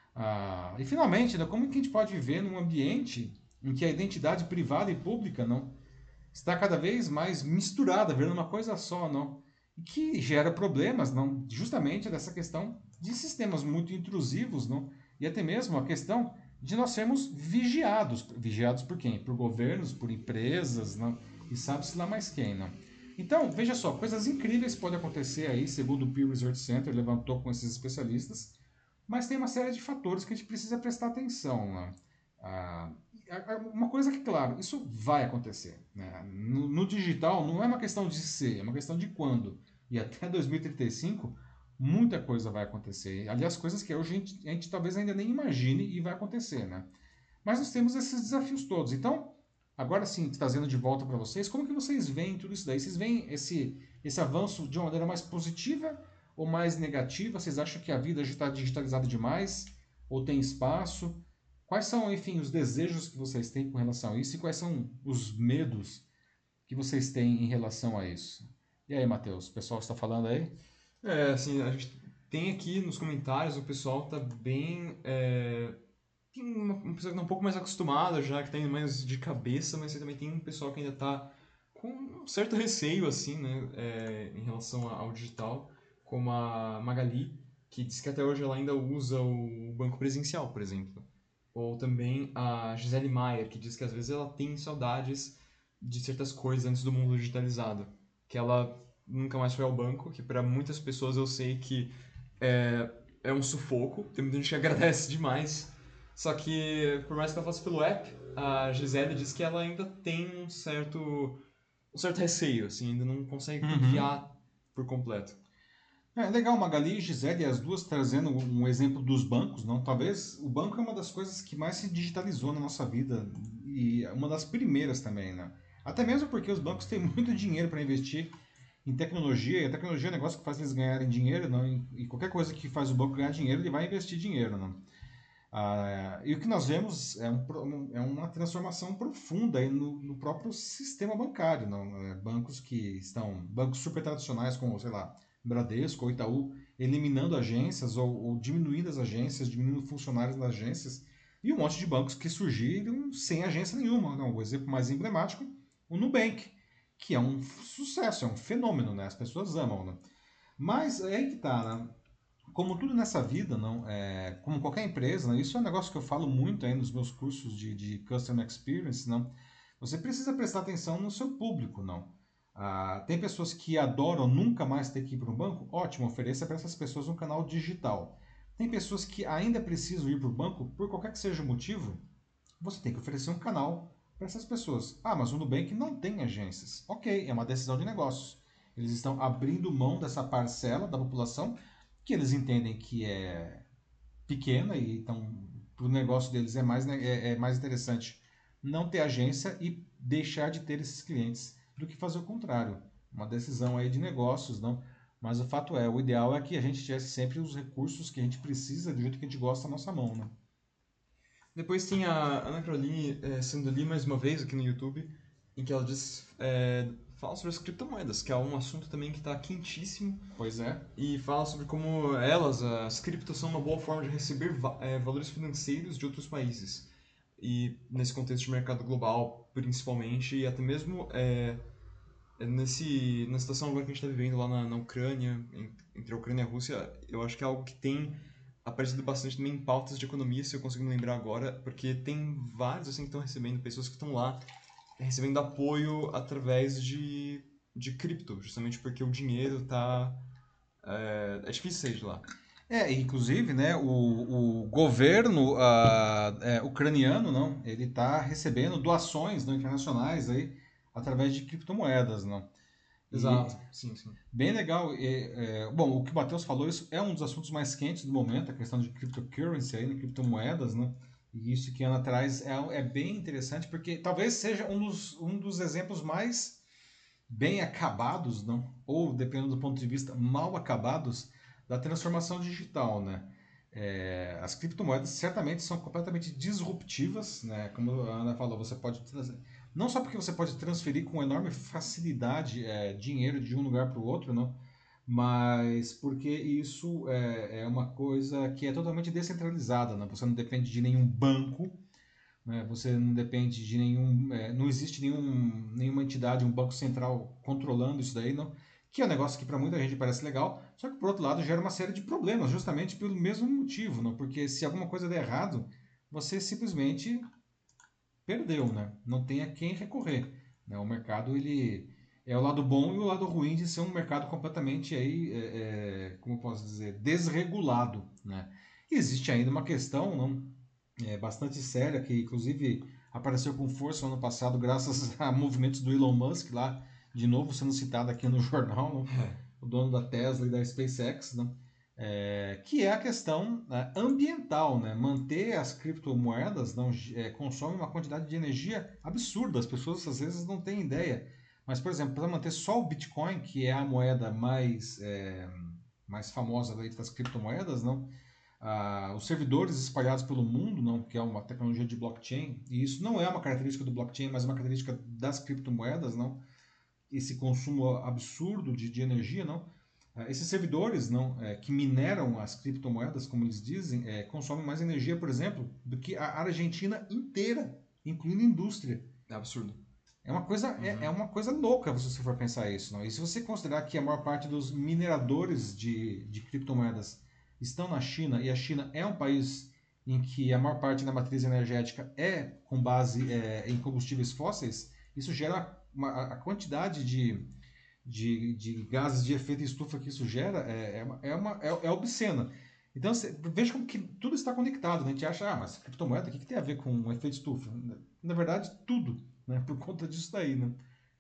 Ah, e finalmente, né, como que a gente pode viver num ambiente em que a identidade privada e pública não está cada vez mais misturada, virando uma coisa só, não? E que gera problemas, não? Justamente dessa questão de sistemas muito intrusivos, não? E até mesmo a questão de nós sermos vigiados. Vigiados por quem? Por governos, por empresas, não? E sabe-se lá mais quem, não? Então, veja só, coisas incríveis podem acontecer aí, segundo o Pew Research Center levantou com esses especialistas, mas tem uma série de fatores que a gente precisa prestar atenção, né? Ah, uma coisa que, claro, isso vai acontecer. Né? No, no digital não é uma questão de ser, é uma questão de quando. E até dois mil e trinta e cinco, muita coisa vai acontecer. Aliás, coisas que hoje a gente, a gente talvez ainda nem imagine e vai acontecer. Né? Mas nós temos esses desafios todos. Então, agora sim, trazendo de volta para vocês, como que vocês veem tudo isso daí? Vocês veem esse, esse avanço de uma maneira mais positiva ou mais negativa? Vocês acham que a vida já está digitalizada demais? Ou tem espaço? Quais são, enfim, os desejos que vocês têm com relação a isso e quais são os medos que vocês têm em relação a isso? E aí, Matheus, o pessoal está falando aí? É, assim, a gente tem aqui nos comentários, o pessoal tá bem. É, tem uma, uma pessoa que tá um pouco mais acostumada já, que tá indo mais de cabeça, mas você também tem um pessoal que ainda tá com um certo receio, assim, né, é, em relação ao digital, como a Magali, que diz que até hoje ela ainda usa o banco presencial, por exemplo. Ou também a Gisele Maier, que diz que às vezes ela tem saudades de certas coisas antes do mundo digitalizado. Que ela nunca mais foi ao banco, que para muitas pessoas eu sei que é, é um sufoco, tem muita gente que agradece demais. Só que, por mais que ela faça pelo app, a Gisele diz que ela ainda tem um certo, um certo receio, assim, ainda não consegue Uhum. confiar por completo. É legal, Magali e Gisele, as duas trazendo um exemplo dos bancos, não? Talvez o banco é uma das coisas que mais se digitalizou na nossa vida e é uma das primeiras também, né? Até mesmo porque os bancos têm muito dinheiro para investir em tecnologia, e a tecnologia é um negócio que faz eles ganharem dinheiro, não? E qualquer coisa que faz o banco ganhar dinheiro, ele vai investir dinheiro, não? Ah, e o que nós vemos é, um, é uma transformação profunda aí no, no próprio sistema bancário, não? É, bancos que estão, bancos super tradicionais como, sei lá, Bradesco ou Itaú, eliminando agências ou, ou diminuindo as agências, diminuindo funcionários das agências, e um monte de bancos que surgiram sem agência nenhuma. Não, o exemplo mais emblemático, o Nubank, que é um sucesso, é um fenômeno, né? As pessoas amam, né? Mas é aí que tá, né? Como tudo nessa vida, não, é, como qualquer empresa, né, isso é um negócio que eu falo muito aí nos meus cursos de, de Customer Experience, não. Você precisa prestar atenção no seu público, não. Ah, tem pessoas que adoram nunca mais ter que ir para um banco? Ótimo, ofereça para essas pessoas um canal digital. Tem pessoas que ainda precisam ir para o banco, por qualquer que seja o motivo, você tem que oferecer um canal para essas pessoas. Ah, mas o Nubank não tem agências. Ok, é uma decisão de negócios. Eles estão abrindo mão dessa parcela da população que eles entendem que é pequena e então para o negócio deles é mais, né, é, é mais interessante não ter agência e deixar de ter esses clientes do que fazer o contrário. Uma decisão aí de negócios, não. Mas o fato é, o ideal é que a gente tivesse sempre os recursos que a gente precisa do jeito que a gente gosta na nossa mão, né? Depois tem a Ana Caroline é, Sandoli mais uma vez aqui no YouTube, em que ela diz, é, fala sobre as criptomoedas, que é um assunto também que está quentíssimo, Pois é. e fala sobre como elas, as criptos, são uma boa forma de receber va é, valores financeiros de outros países. E nesse contexto de mercado global, principalmente, e até mesmo é, é nesse, na situação agora que a gente está vivendo lá na, na Ucrânia, em, entre a Ucrânia e a Rússia, eu acho que é algo que tem aparecido bastante também em pautas de economia, se eu consigo me lembrar agora, porque tem vários assim que estão recebendo, pessoas que estão lá recebendo apoio através de, de cripto, justamente porque o dinheiro tá é, é difícil sair de lá. É, inclusive, né, o, o governo ah, é, ucraniano, não, ele está recebendo doações não, internacionais aí através de criptomoedas, não. E Exato, sim, sim. bem legal. É, é, bom, o que o Matheus falou, isso é um dos assuntos mais quentes do momento, a questão de cryptocurrency aí, né, criptomoedas, né. E isso que Ana traz é, é bem interessante porque talvez seja um dos, um dos exemplos mais bem acabados, não? Ou, dependendo do ponto de vista, mal acabados da transformação digital, né? É, as criptomoedas certamente são completamente disruptivas, né? Como a Ana falou, você pode trans- não só porque você pode transferir com enorme facilidade é, dinheiro de um lugar para o outro, não, mas porque isso é, é uma coisa que é totalmente descentralizada, né? Você não depende de nenhum banco, né? Você não depende de nenhum, é, não existe nenhum, nenhuma entidade, um banco central controlando isso daí, não. Que é um negócio que para muita gente parece legal, só que por outro lado gera uma série de problemas, justamente pelo mesmo motivo, não? Porque se alguma coisa der errado, você simplesmente perdeu, né? Não tem a quem recorrer, né? O mercado ele é o lado bom e o lado ruim de ser um mercado completamente aí, é, é, como eu posso dizer, desregulado, né? E existe ainda uma questão, não, é, bastante séria, que inclusive apareceu com força no ano passado, graças a movimentos do Elon Musk, lá, de novo sendo citado aqui no jornal, não? O dono da Tesla e da SpaceX, não? É, que é a questão né, ambiental. Né? Manter as criptomoedas não, é, consome uma quantidade de energia absurda, as pessoas às vezes não têm ideia. Mas, por exemplo, para manter só o Bitcoin, que é a moeda mais, é, mais famosa das criptomoedas, não? Ah, os servidores espalhados pelo mundo, não, que é uma tecnologia de blockchain, e isso não é uma característica do blockchain, mas uma característica das criptomoedas, não, esse consumo absurdo de, de energia, não. Ah, esses servidores, não, é, que mineram as criptomoedas, como eles dizem, é, consomem mais energia, por exemplo, do que a Argentina inteira, incluindo indústria. É absurdo. É uma coisa, é, é Uhum. uma coisa louca se você for pensar isso. Não? E se você considerar que a maior parte dos mineradores de, de criptomoedas estão na China, e a China é um país em que a maior parte da matriz energética é com base é, em combustíveis fósseis, isso gera uma, a quantidade de, de, de gases de efeito estufa que isso gera é, é, uma, é, uma, é, é obscena. Então, você, veja como que tudo está conectado. Né? A gente acha, ah, mas criptomoeda, o que, que tem a ver com um efeito estufa? Na verdade, tudo, né? Por conta disso daí, né?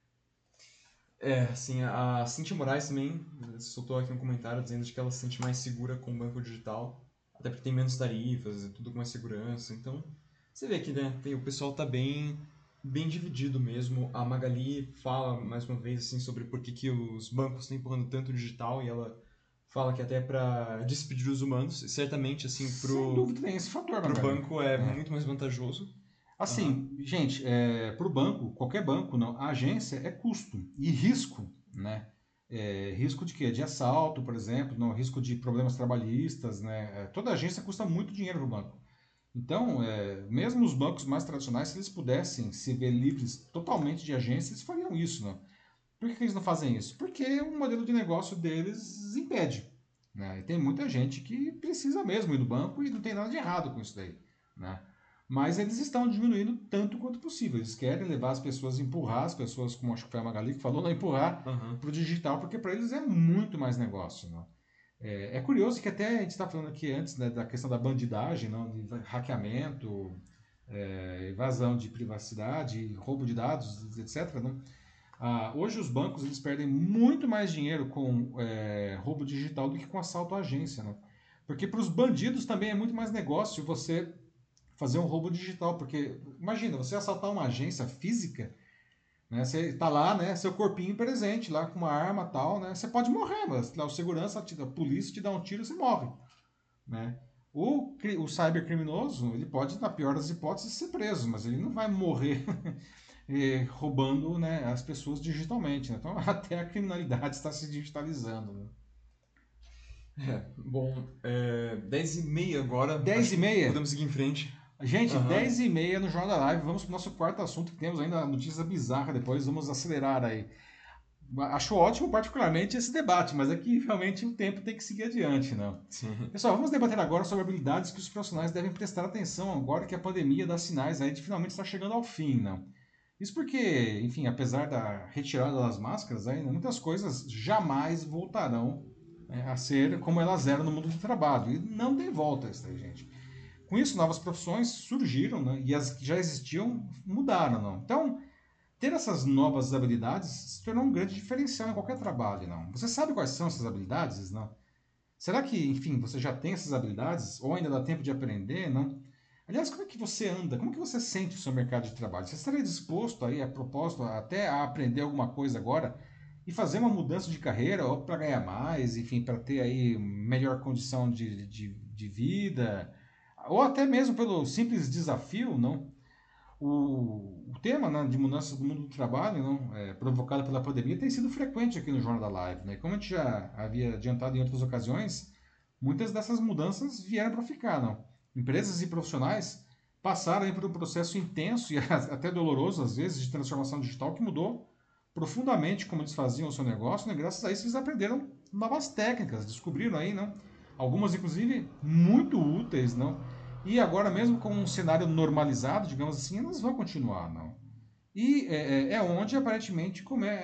É, assim, a Cintia Moraes também soltou aqui um comentário dizendo de que ela se sente mais segura com o banco digital, até porque tem menos tarifas, e tudo com mais segurança. Então, você vê que né, tem, o pessoal tá bem, bem dividido mesmo. A Magali fala mais uma vez assim sobre por que, que os bancos estão empurrando tanto o digital e ela fala que até é para despedir os humanos. E certamente, assim, Sem pro, dúvida tem esse fator, pro Magali. banco é É. muito mais vantajoso. Aham. Assim, gente, é, para o banco, qualquer banco, não, a agência é custo e risco, né? É, risco de quê? De assalto, por exemplo, não, risco de problemas trabalhistas, né? É, toda agência custa muito dinheiro para o banco. Então, é, mesmo os bancos mais tradicionais, se eles pudessem se ver livres totalmente de agência, eles fariam isso, né? Por que, que eles não fazem isso? Porque o modelo de negócio deles impede. Né? E tem muita gente que precisa mesmo ir no banco e não tem nada de errado com isso daí. Né? Mas eles estão diminuindo tanto quanto possível. Eles querem levar as pessoas, empurrar as pessoas, como acho que foi a Magali que falou, não empurrar Aham. para o digital, porque para eles é muito mais negócio. Né? É, é curioso que até a gente está falando aqui antes né, da questão da bandidagem, não, de hackeamento, é, evasão de privacidade, roubo de dados, etcétera. Né? Ah, hoje os bancos eles perdem muito mais dinheiro com é, roubo digital do que com assalto à agência, né? Porque para os bandidos também é muito mais negócio você fazer um roubo digital, porque imagina, você assaltar uma agência física, né? Você está lá, né? Seu corpinho presente lá com uma arma tal, né? Você pode morrer, mas lá o segurança, a polícia te dá um tiro, você morre, né? O, o cybercriminoso, ele pode, na pior das hipóteses, ser preso, mas ele não vai morrer eh, roubando né, as pessoas digitalmente. Né? Então, até a criminalidade está se digitalizando. Né? É, bom, é, dez e meia agora, dez acho e que meia. podemos seguir em frente. Gente, Aham. dez e meia no Jornal da Live. Vamos para o nosso quarto assunto, que temos ainda notícia bizarra depois. Vamos acelerar aí. Acho ótimo, particularmente, esse debate, mas é que realmente o tempo tem que seguir adiante. Não? Sim. Pessoal, vamos debater agora sobre habilidades que os profissionais devem prestar atenção agora que a pandemia dá sinais aí de finalmente estar chegando ao fim. Não? Isso porque, enfim, apesar da retirada das máscaras, ainda muitas coisas jamais voltarão né, a ser como elas eram no mundo do trabalho. E não tem volta isso aí, gente. Com isso, novas profissões surgiram né, e as que já existiam mudaram. Não? Então, ter essas novas habilidades se tornou um grande diferencial em qualquer trabalho. Não? Você sabe quais são essas habilidades? Não? Será que, enfim, você já tem essas habilidades ou ainda dá tempo de aprender? Não? Aliás, como é que você anda? Como é que você sente o seu mercado de trabalho? Você estaria disposto aí, a propósito, até a aprender alguma coisa agora? e fazer uma mudança de carreira, ou para ganhar mais, enfim, para ter aí melhor condição de, de, de vida, ou até mesmo pelo simples desafio, não? O, o tema, né, de mudanças do mundo do trabalho, não, é, provocado pela pandemia, tem sido frequente aqui no Jornal da Live, né? Como a gente já havia adiantado em outras ocasiões, muitas dessas mudanças vieram para ficar, não? Empresas e profissionais passaram aí por um processo intenso e até doloroso, às vezes, de transformação digital que mudou profundamente como eles faziam o seu negócio, né? Graças a isso eles aprenderam novas técnicas, descobriram aí, não? Algumas, inclusive, muito úteis, não? E agora, mesmo com um cenário normalizado, digamos assim, elas vão continuar, não? E é, é- é onde, aparentemente, como é,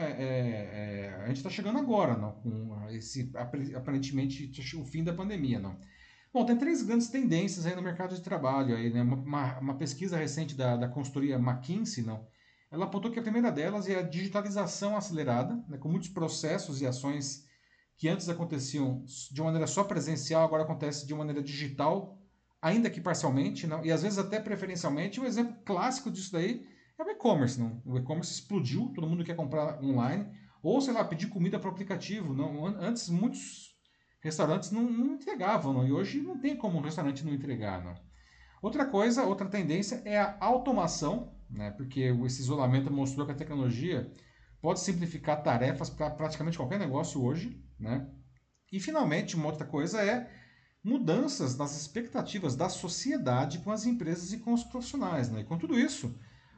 é- é- a gente está chegando agora, não? Com esse, apre- aparentemente, o fim da pandemia, não? Bom, tem três grandes tendências aí no mercado de trabalho. Aí, né? Uma, uma- uma pesquisa recente da, da consultoria McKinsey, não? Ela apontou que a primeira delas é a digitalização acelerada, né? Com muitos processos e ações que antes aconteciam de uma maneira só presencial, agora acontece de uma maneira digital, ainda que parcialmente, não? E às vezes até preferencialmente. Um exemplo clássico disso daí é o e-commerce, não? O e-commerce explodiu, todo mundo quer comprar online, ou sei lá, pedir comida para o aplicativo, não? Antes muitos restaurantes não, não entregavam, não? E hoje não tem como um restaurante não entregar, não? Outra coisa, outra tendência é a automação, né? Porque esse isolamento mostrou que a tecnologia pode simplificar tarefas para praticamente qualquer negócio hoje, né? E finalmente, uma outra coisa é mudanças nas expectativas da sociedade com as empresas e com os profissionais, né? E com tudo isso,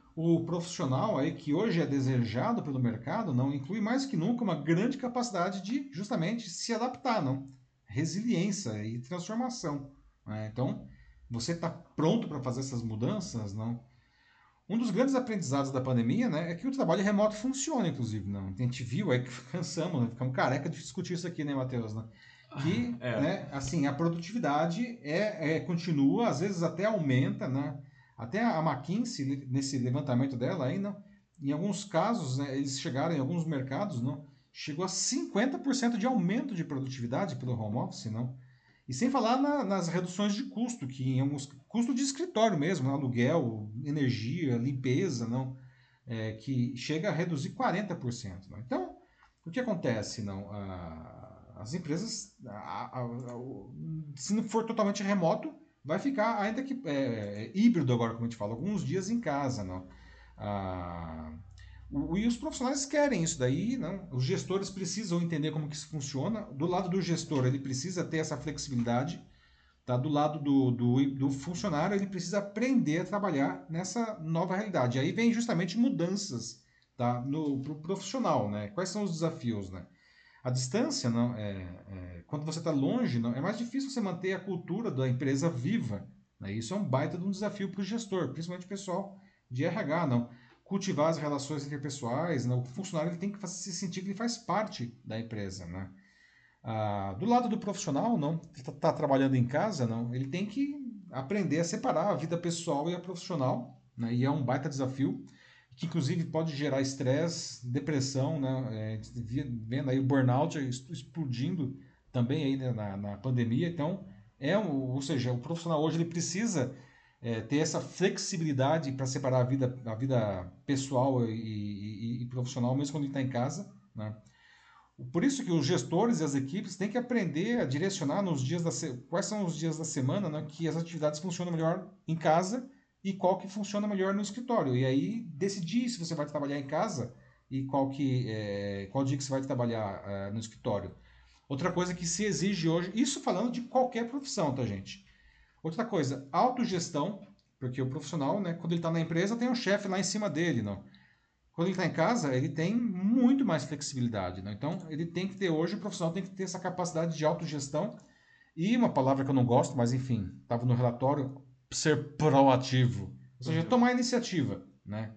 o profissional aí que hoje é desejado pelo mercado não inclui mais que nunca uma grande capacidade de justamente se adaptar, não? Resiliência e transformação, né? Então, você está pronto para fazer essas mudanças, não? Um dos grandes aprendizados da pandemia, né, é que o trabalho remoto funciona, inclusive, não? A gente viu aí que cansamos, né? Ficamos careca de discutir isso aqui, né, Matheus, né? Que, É. né, assim, a produtividade é, é continua, às vezes até aumenta, né? Até a McKinsey, nesse levantamento dela aí, não, em alguns casos, né, eles chegaram em alguns mercados, não, chegou a cinquenta por cento de aumento de produtividade pelo home office, não? E sem falar na- nas reduções de custo, que em alguns custo de escritório mesmo, né, aluguel, energia, limpeza, não, é, que chega a reduzir quarenta por cento. Não? Então, o que acontece? Não? Ah, as empresas, a- a- a- o- se não for totalmente remoto, vai ficar ainda que é, híbrido agora, como a gente fala, alguns dias em casa. Não? Ah, o- e os profissionais querem isso daí, não? Os gestores precisam entender como que isso funciona. Do lado do gestor, ele precisa ter essa flexibilidade. Tá? Do lado do, do, do funcionário, ele precisa aprender a trabalhar nessa nova realidade. Aí vem justamente mudanças, tá? No pro profissional, né? Quais são os desafios, né? A distância, não, é, é, quando você está longe, não, é mais difícil você manter a cultura da empresa viva. Né? Isso é um baita de um desafio para o gestor, principalmente o pessoal de R H, não. Cultivar as relações interpessoais, não. O funcionário ele tem que se sentir que ele faz parte da empresa, né? Ah, do lado do profissional, não, está tá trabalhando em casa, não, ele tem que aprender a separar a vida pessoal e a profissional, né? E é um baita desafio que inclusive pode gerar estresse, depressão, né? É, vendo aí o burnout explodindo também aí, né, na, na pandemia. Então, é um, ou seja, o profissional hoje ele precisa é, ter essa flexibilidade para separar a vida, a vida pessoal e, e, e profissional, mesmo quando ele está em casa, né? Por isso que os gestores e as equipes têm que aprender a direcionar nos dias da se... quais são os dias da semana, né, que as atividades funcionam melhor em casa e qual que funciona melhor no escritório. E aí decidir se você vai trabalhar em casa e qual que é... qual dia que você vai trabalhar uh, no escritório. Outra coisa que se exige hoje, isso falando de qualquer profissão, tá, gente? Outra coisa, autogestão, porque o profissional, né, quando ele está na empresa, tem um chefe lá em cima dele, não? Quando ele está em casa, ele tem muito mais flexibilidade. Né? Então, ele tem que ter hoje, o profissional tem que ter essa capacidade de autogestão. E uma palavra que eu não gosto, mas enfim, estava no relatório, ser proativo. Ou seja, Uhum. tomar iniciativa. Né?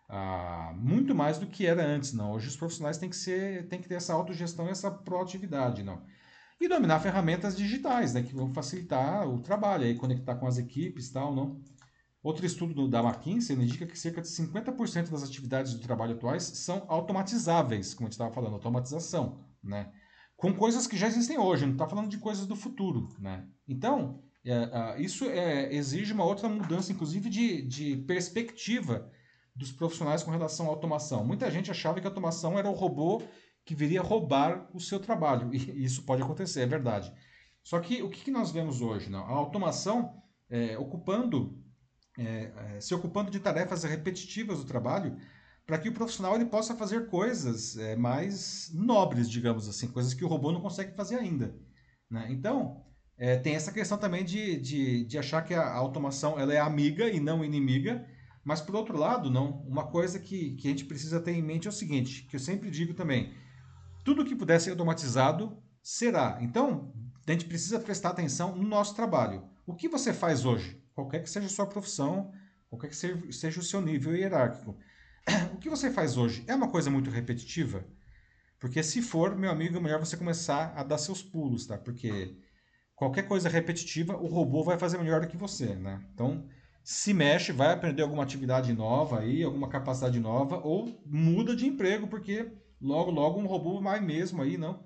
Ah, muito mais do que era antes. Não. Hoje os profissionais têm que, ser, têm que ter essa autogestão e essa proatividade. Não. E dominar ferramentas digitais, né, que vão facilitar o trabalho, aí, conectar com as equipes e tal. Não? Outro estudo do, da McKinsey indica que cerca de cinquenta por cento das atividades do trabalho atuais são automatizáveis, como a gente estava falando, automatização, né? Com coisas que já existem hoje, não está falando de coisas do futuro, né? Então, é, é, isso é, exige uma outra mudança, inclusive de, de perspectiva dos profissionais com relação à automação. Muita gente achava que a automação era o robô que viria roubar o seu trabalho. E isso pode acontecer, é verdade. Só que o que que nós vemos hoje? Não? A automação é, ocupando, é, é, se ocupando de tarefas repetitivas do trabalho, para que o profissional ele possa fazer coisas é, mais nobres, digamos assim, coisas que o robô não consegue fazer ainda. Né? Então, é, tem essa questão também de, de, de achar que a automação ela é amiga e não inimiga, mas por outro lado, não. Uma coisa que, que a gente precisa ter em mente é o seguinte, que eu sempre digo também, tudo que puder ser automatizado será. Então, a gente precisa prestar atenção no nosso trabalho. O que você faz hoje? Qualquer que seja a sua profissão, qualquer que seja o seu nível hierárquico. O que você faz hoje é uma coisa muito repetitiva? Porque se for, meu amigo, é melhor você começar a dar seus pulos, tá? Porque qualquer coisa repetitiva, o robô vai fazer melhor do que você, né? Então, se mexe, vai aprender alguma atividade nova aí, alguma capacidade nova, ou muda de emprego, porque logo, logo um robô vai mesmo aí, não?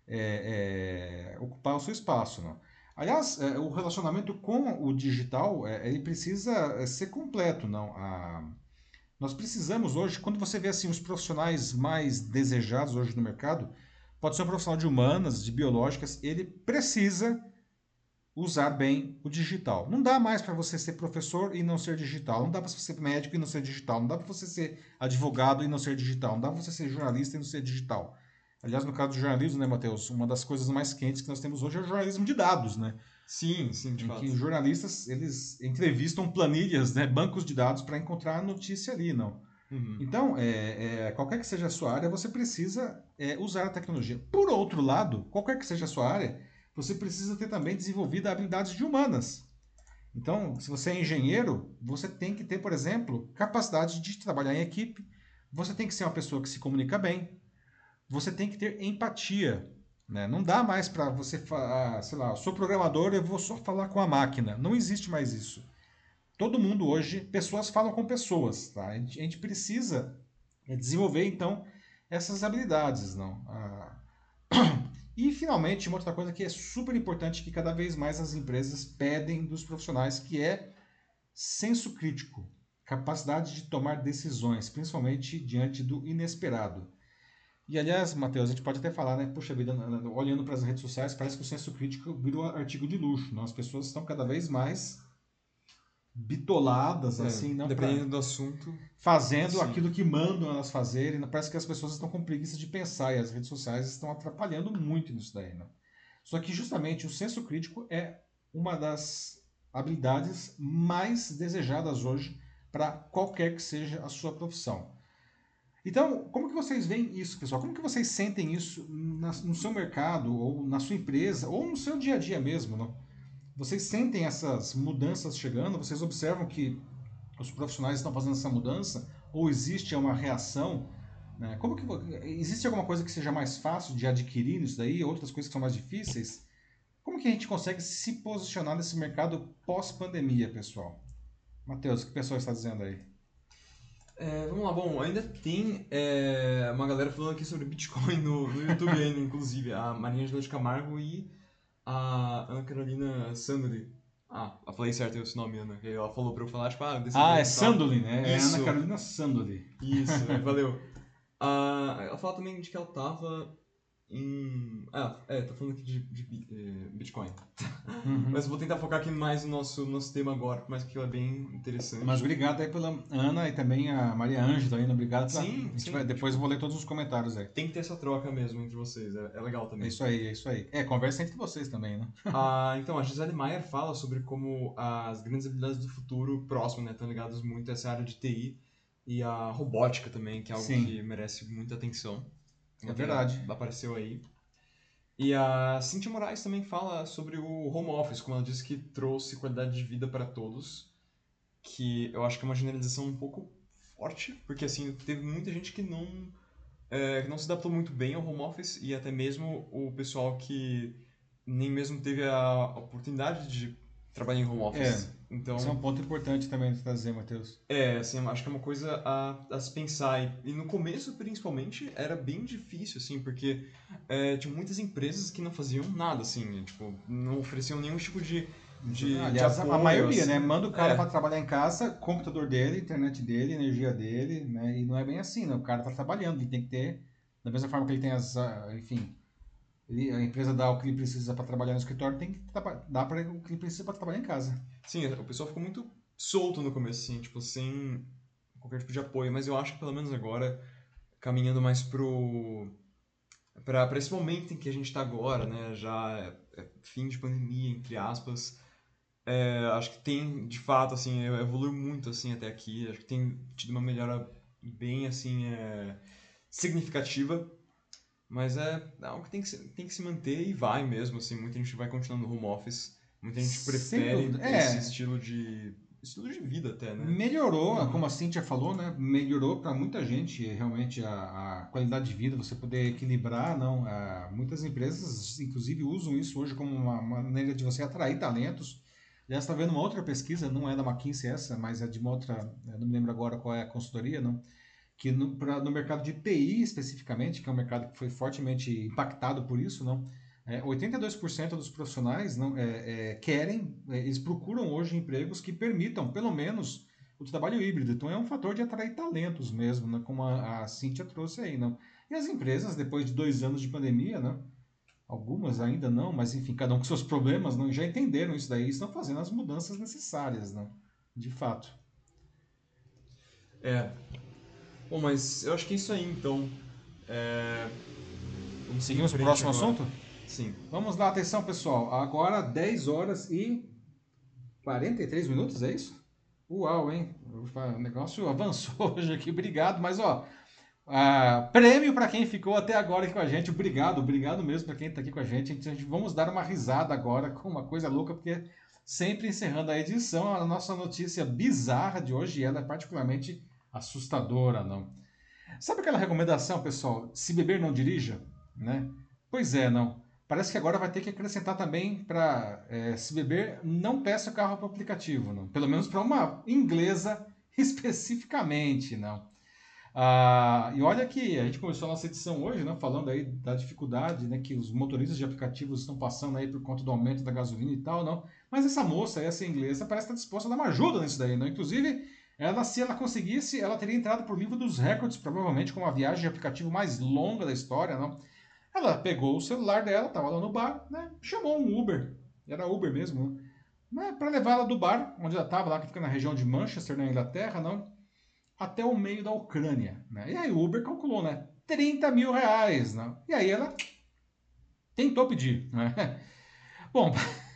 É, é, ocupar o seu espaço, não? Aliás, é, o relacionamento com o digital, é, ele precisa é, ser completo, não? A, nós precisamos hoje, quando você vê assim os profissionais mais desejados hoje no mercado, pode ser um profissional de humanas, de biológicas, ele precisa usar bem o digital. Não dá mais para você ser professor e não ser digital. Não dá para você ser médico e não ser digital. Não dá para você ser advogado e não ser digital. Não dá para você ser jornalista e não ser digital. Aliás, no caso do jornalismo, né, Matheus? Uma das coisas mais quentes que nós temos hoje é o jornalismo de dados, né? Sim, sim, de Em fato. que os jornalistas eles entrevistam planilhas, né, bancos de dados para encontrar a notícia ali, não. Uhum. Então, é, é, qualquer que seja a sua área, você precisa é, usar a tecnologia. Por outro lado, qualquer que seja a sua área, você precisa ter também desenvolvido habilidades de humanas. Então, se você é engenheiro, você tem que ter, por exemplo, capacidade de trabalhar em equipe, você tem que ser uma pessoa que se comunica bem, você tem que ter empatia. Né? Não dá mais para você falar, sei lá, sou programador, eu vou só falar com a máquina. Não existe mais isso. Todo mundo hoje, pessoas falam com pessoas. Tá? A, gente, a gente precisa desenvolver, então, essas habilidades. Não? Ah, E, finalmente, uma outra coisa que é super importante que cada vez mais as empresas pedem dos profissionais, que é senso crítico, capacidade de tomar decisões, principalmente diante do inesperado. E, aliás, Matheus, a gente pode até falar, né? Puxa vida, olhando para as redes sociais, parece que o senso crítico virou artigo de luxo. Não? As pessoas estão cada vez mais bitoladas, É, assim, não pra... dependendo do assunto. fazendo Sim. aquilo que mandam elas fazerem. Parece que as pessoas estão com preguiça de pensar e as redes sociais estão atrapalhando muito nisso daí. Não? Só que justamente o senso crítico é uma das habilidades mais desejadas hoje para qualquer que seja a sua profissão. Então, como que vocês veem isso, pessoal? Como que vocês sentem isso na, no seu mercado, ou na sua empresa, ou no seu dia a dia mesmo, não? Vocês sentem essas mudanças chegando? Vocês observam que os profissionais estão fazendo essa mudança? Ou existe uma reação? Né? Como que, existe alguma coisa que seja mais fácil de adquirir nisso daí? Outras coisas que são mais difíceis? Como que a gente consegue se posicionar nesse mercado pós-pandemia, pessoal? Matheus, o que o pessoal está dizendo aí? É, vamos lá, bom, ainda tem é, uma galera falando aqui sobre Bitcoin no, no YouTube ainda, inclusive, a Marinha de Camargo e a Ana Carolina Sandri. Ah, eu falei certo esse nome, Ana, que ela falou pra eu falar, tipo, ah, desse Ah, é jeito e tal. Sandoli, né? É Isso. Ana Carolina Sandoli. Isso, valeu. Ah, ela fala também de que ela tava em... Ah, é, tá falando aqui de, de, de eh, Bitcoin. Uhum. Mas vou tentar focar aqui mais no nosso, nosso tema agora, mas que é bem interessante. Mas obrigado aí pela Ana e também a Maria Ângela ainda. Obrigado. Pela... Sim, a gente sim, vai... Depois tipo, eu vou ler todos os comentários aí. tem que ter essa troca mesmo entre vocês, é, é legal também. É isso aí, é isso aí. É, conversa entre vocês também, né? Ah, então, a Gisele Maier fala sobre como as grandes habilidades do futuro próximo, né, estão ligadas muito a essa área de T I e a robótica também, que é algo Sim. que merece muita atenção. É verdade. Apareceu aí. E a Cíntia Moraes também fala sobre o home office, como ela disse que trouxe qualidade de vida para todos, que eu acho que é uma generalização um pouco forte, porque assim, teve muita gente que não, é, que não se adaptou muito bem ao home office e até mesmo o pessoal que nem mesmo teve a oportunidade de trabalhar em home office. É, então, esse é um ponto importante também de trazer, Matheus. é, assim, eu acho que é uma coisa a, a se pensar. E, e no começo, principalmente, era bem difícil, assim, porque é, tinha muitas empresas que não faziam nada, assim, tipo, não ofereciam nenhum tipo de, de, Aliás, de a- apoio, a maioria, assim. né? Manda o cara É. para trabalhar em casa, computador dele, internet dele, energia dele, né? E não é bem assim, né? O cara tá trabalhando, ele tem que ter Da mesma forma que ele tem as, ah, enfim, ele- a empresa dá o que ele precisa para trabalhar no escritório, tem que traba- dar para o que ele precisa para trabalhar em casa. Sim, o pessoal ficou muito solto no começo, assim, tipo, sem qualquer tipo de apoio, mas eu acho que pelo menos agora, caminhando mais pro para para esse momento em que a gente está agora, né, já é, é fim de pandemia, entre aspas, é, acho que tem, de fato, assim, é, evoluiu muito, assim, até aqui, acho que tem tido uma melhora bem, assim, é, significativa, mas é algo que tem que, se, tem que se manter e vai mesmo, assim, muita gente vai continuando no home office, muita gente Sem prefere dúvida. esse É, estilo de, estilo de vida até, né? melhorou, como Uhum. a Cíntia falou, né? Melhorou para muita gente realmente a, a qualidade de vida, você poder equilibrar, não? Ah, muitas empresas, inclusive, usam isso hoje como uma maneira de você atrair talentos. Já está vendo uma outra pesquisa, não é da McKinsey essa, mas é de uma outra, eu não me lembro agora qual é a consultoria, não? Que no, pra, no mercado de T I especificamente, que é um mercado que foi fortemente impactado por isso, não? É, oitenta e dois por cento dos profissionais não é, é, querem, é, eles procuram hoje empregos que permitam, pelo menos, o trabalho híbrido. Então é um fator de atrair talentos mesmo, né? Como a, a Cíntia trouxe aí, não? E as empresas, depois de dois anos de pandemia, né? Algumas ainda não, mas enfim, cada um com seus problemas, não, já entenderam isso daí e estão fazendo as mudanças necessárias, não? De fato. É. Bom, mas eu acho que é isso aí, então. É, vamos seguir em Seguimos para o frente próximo agora. assunto? Sim. Vamos lá, atenção pessoal. Agora dez horas e quarenta e três minutos, é isso? Uau, hein? O negócio avançou hoje aqui, obrigado. Mas ó, ah, prêmio para quem ficou até agora aqui com a gente. Obrigado, obrigado mesmo para quem está aqui com a gente. A gente. Vamos dar uma risada agora com uma coisa louca, porque sempre encerrando a edição, a nossa notícia bizarra de hoje, ela é particularmente assustadora, não? Sabe aquela recomendação, pessoal? Se beber, não dirija, né? Pois é, não. Parece que agora vai ter que acrescentar também para é, se beber, não peça o carro para o aplicativo, não. Pelo menos para uma inglesa especificamente, não. Ah, e olha que a gente começou a nossa edição hoje, né, falando aí da dificuldade, né, que os motoristas de aplicativos estão passando aí por conta do aumento da gasolina e tal, não. Mas essa moça, essa inglesa, parece estar disposta a dar uma ajuda nisso daí, não. Inclusive, ela, se ela conseguisse, ela teria entrado para o livro dos recordes, provavelmente com a viagem de aplicativo mais longa da história, não. Ela pegou o celular dela, estava lá no bar, né, chamou um Uber, era Uber mesmo, né, para levá-la do bar, onde ela estava, lá que fica na região de Manchester, na Inglaterra, não, até o meio da Ucrânia. Né? E aí o Uber calculou, né? trinta mil reais. Né? E aí ela tentou pedir. Né? Bom,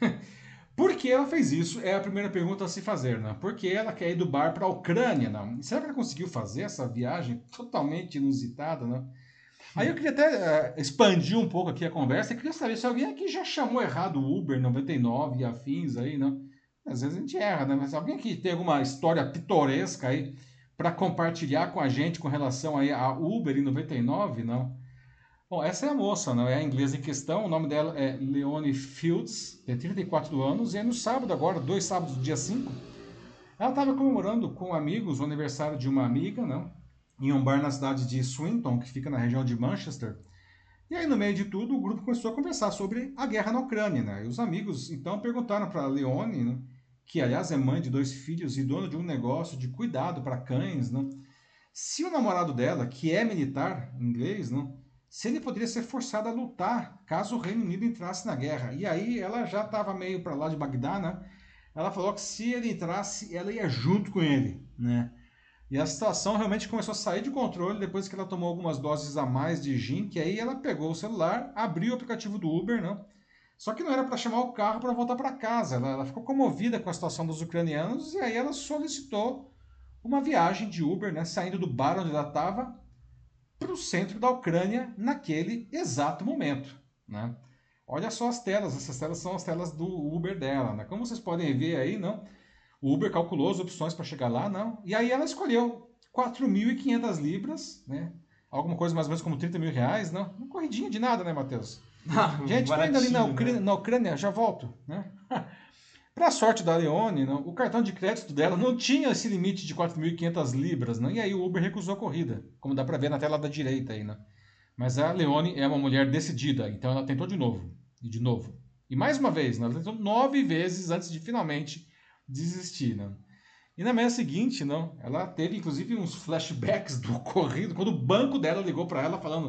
por que ela fez isso? É a primeira pergunta a se fazer. Né? Por que ela quer ir do bar para a Ucrânia? Né? Será que ela conseguiu fazer essa viagem totalmente inusitada? Né? Aí eu queria até uh, expandir um pouco aqui a conversa e queria saber se alguém aqui já chamou errado o Uber noventa e nove e afins aí, né? Às vezes a gente erra, né? Mas alguém aqui tem alguma história pitoresca aí para compartilhar com a gente com relação aí a Uber em noventa e nove, não? Bom, essa é a moça, não é a inglesa em questão. O nome dela é Leone Fields, tem trinta e quatro anos, e aí no sábado agora, dois sábados, dia cinco, ela estava comemorando com amigos o aniversário de uma amiga, não? Em um bar na cidade de Swinton, que fica na região de Manchester. E aí, no meio de tudo, o grupo começou a conversar sobre a guerra na Ucrânia. Né? E os amigos então perguntaram para a Leone, né, que aliás é mãe de dois filhos e dona de um negócio de cuidado para cães, né, se o namorado dela, que é militar inglês, né, se ele poderia ser forçado a lutar caso o Reino Unido entrasse na guerra. E aí ela já estava meio para lá de Bagdá, né? Ela falou que se ele entrasse, ela ia junto com ele, né? E a situação realmente começou a sair de controle depois que ela tomou algumas doses a mais de gin, que aí ela pegou o celular, abriu o aplicativo do Uber, não? Só que não era para chamar o carro para voltar para casa. Ela, ela ficou comovida com a situação dos ucranianos e aí ela solicitou uma viagem de Uber, né, saindo do bar onde ela estava para o centro da Ucrânia naquele exato momento, né? Olha só as telas, essas telas são as telas do Uber dela, né? Como vocês podem ver aí, não? O Uber calculou as opções para chegar lá, não. E aí ela escolheu quatro mil e quinhentas libras, né? Alguma coisa mais ou menos como trinta mil reais, não? Uma corridinha de nada, né, Matheus? Ah, Gente, tô indo ali na baratinho, Ucrânia, né? na Ucrânia já volto, né? Para a sorte da Leone, não, o cartão de crédito dela não tinha esse limite de quatro mil e quinhentas libras, não, e aí o Uber recusou a corrida, como dá para ver na tela da direita aí, né? Mas a Leone é uma mulher decidida, então ela tentou de novo, e de novo. E mais uma vez, né? Ela tentou nove vezes antes de finalmente desistir, né? E na manhã seguinte, não, ela teve inclusive uns flashbacks do ocorrido, quando o banco dela ligou para ela falando: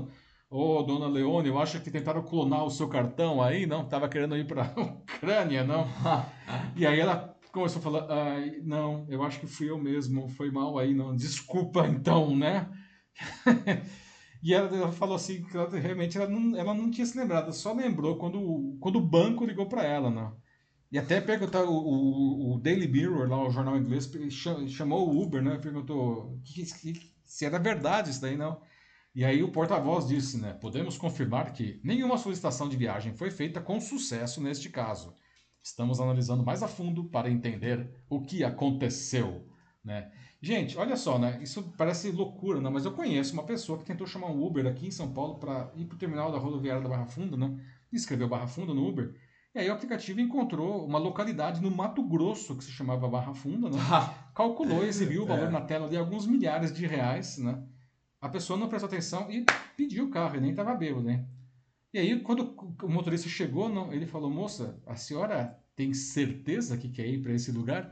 Ô, dona Leone, eu acho que tentaram clonar o seu cartão aí, não? Tava querendo ir pra Ucrânia, não? E aí ela começou a falar, ai, não, eu acho que fui eu mesmo, foi mal aí, não. Desculpa então, né? E ela, ela falou assim que ela, realmente ela não, ela não tinha se lembrado, só lembrou quando, o- quando o banco ligou para ela, né? E até perguntar o, o, o Daily Mirror, lá, o jornal inglês, cha- chamou o Uber, né? Perguntou que- que- se era verdade isso daí, não. E aí o porta-voz disse, né? Podemos confirmar que nenhuma solicitação de viagem foi feita com sucesso neste caso. Estamos analisando mais a fundo para entender o que aconteceu, né? Gente, olha só, né? Isso parece loucura, né? Mas eu conheço uma pessoa que tentou chamar um Uber aqui em São Paulo para ir para o terminal da rodoviária da Barra Funda, né? Escreveu Barra Funda no Uber. E aí o aplicativo encontrou uma localidade no Mato Grosso que se chamava Barra Funda, né? Calculou e exibiu o valor É. na tela de alguns milhares de reais, né? A pessoa não prestou atenção e pediu o carro, ele nem estava bêbado, né? E aí, quando o motorista chegou, não, ele falou: Moça, a senhora tem certeza que quer ir para esse lugar?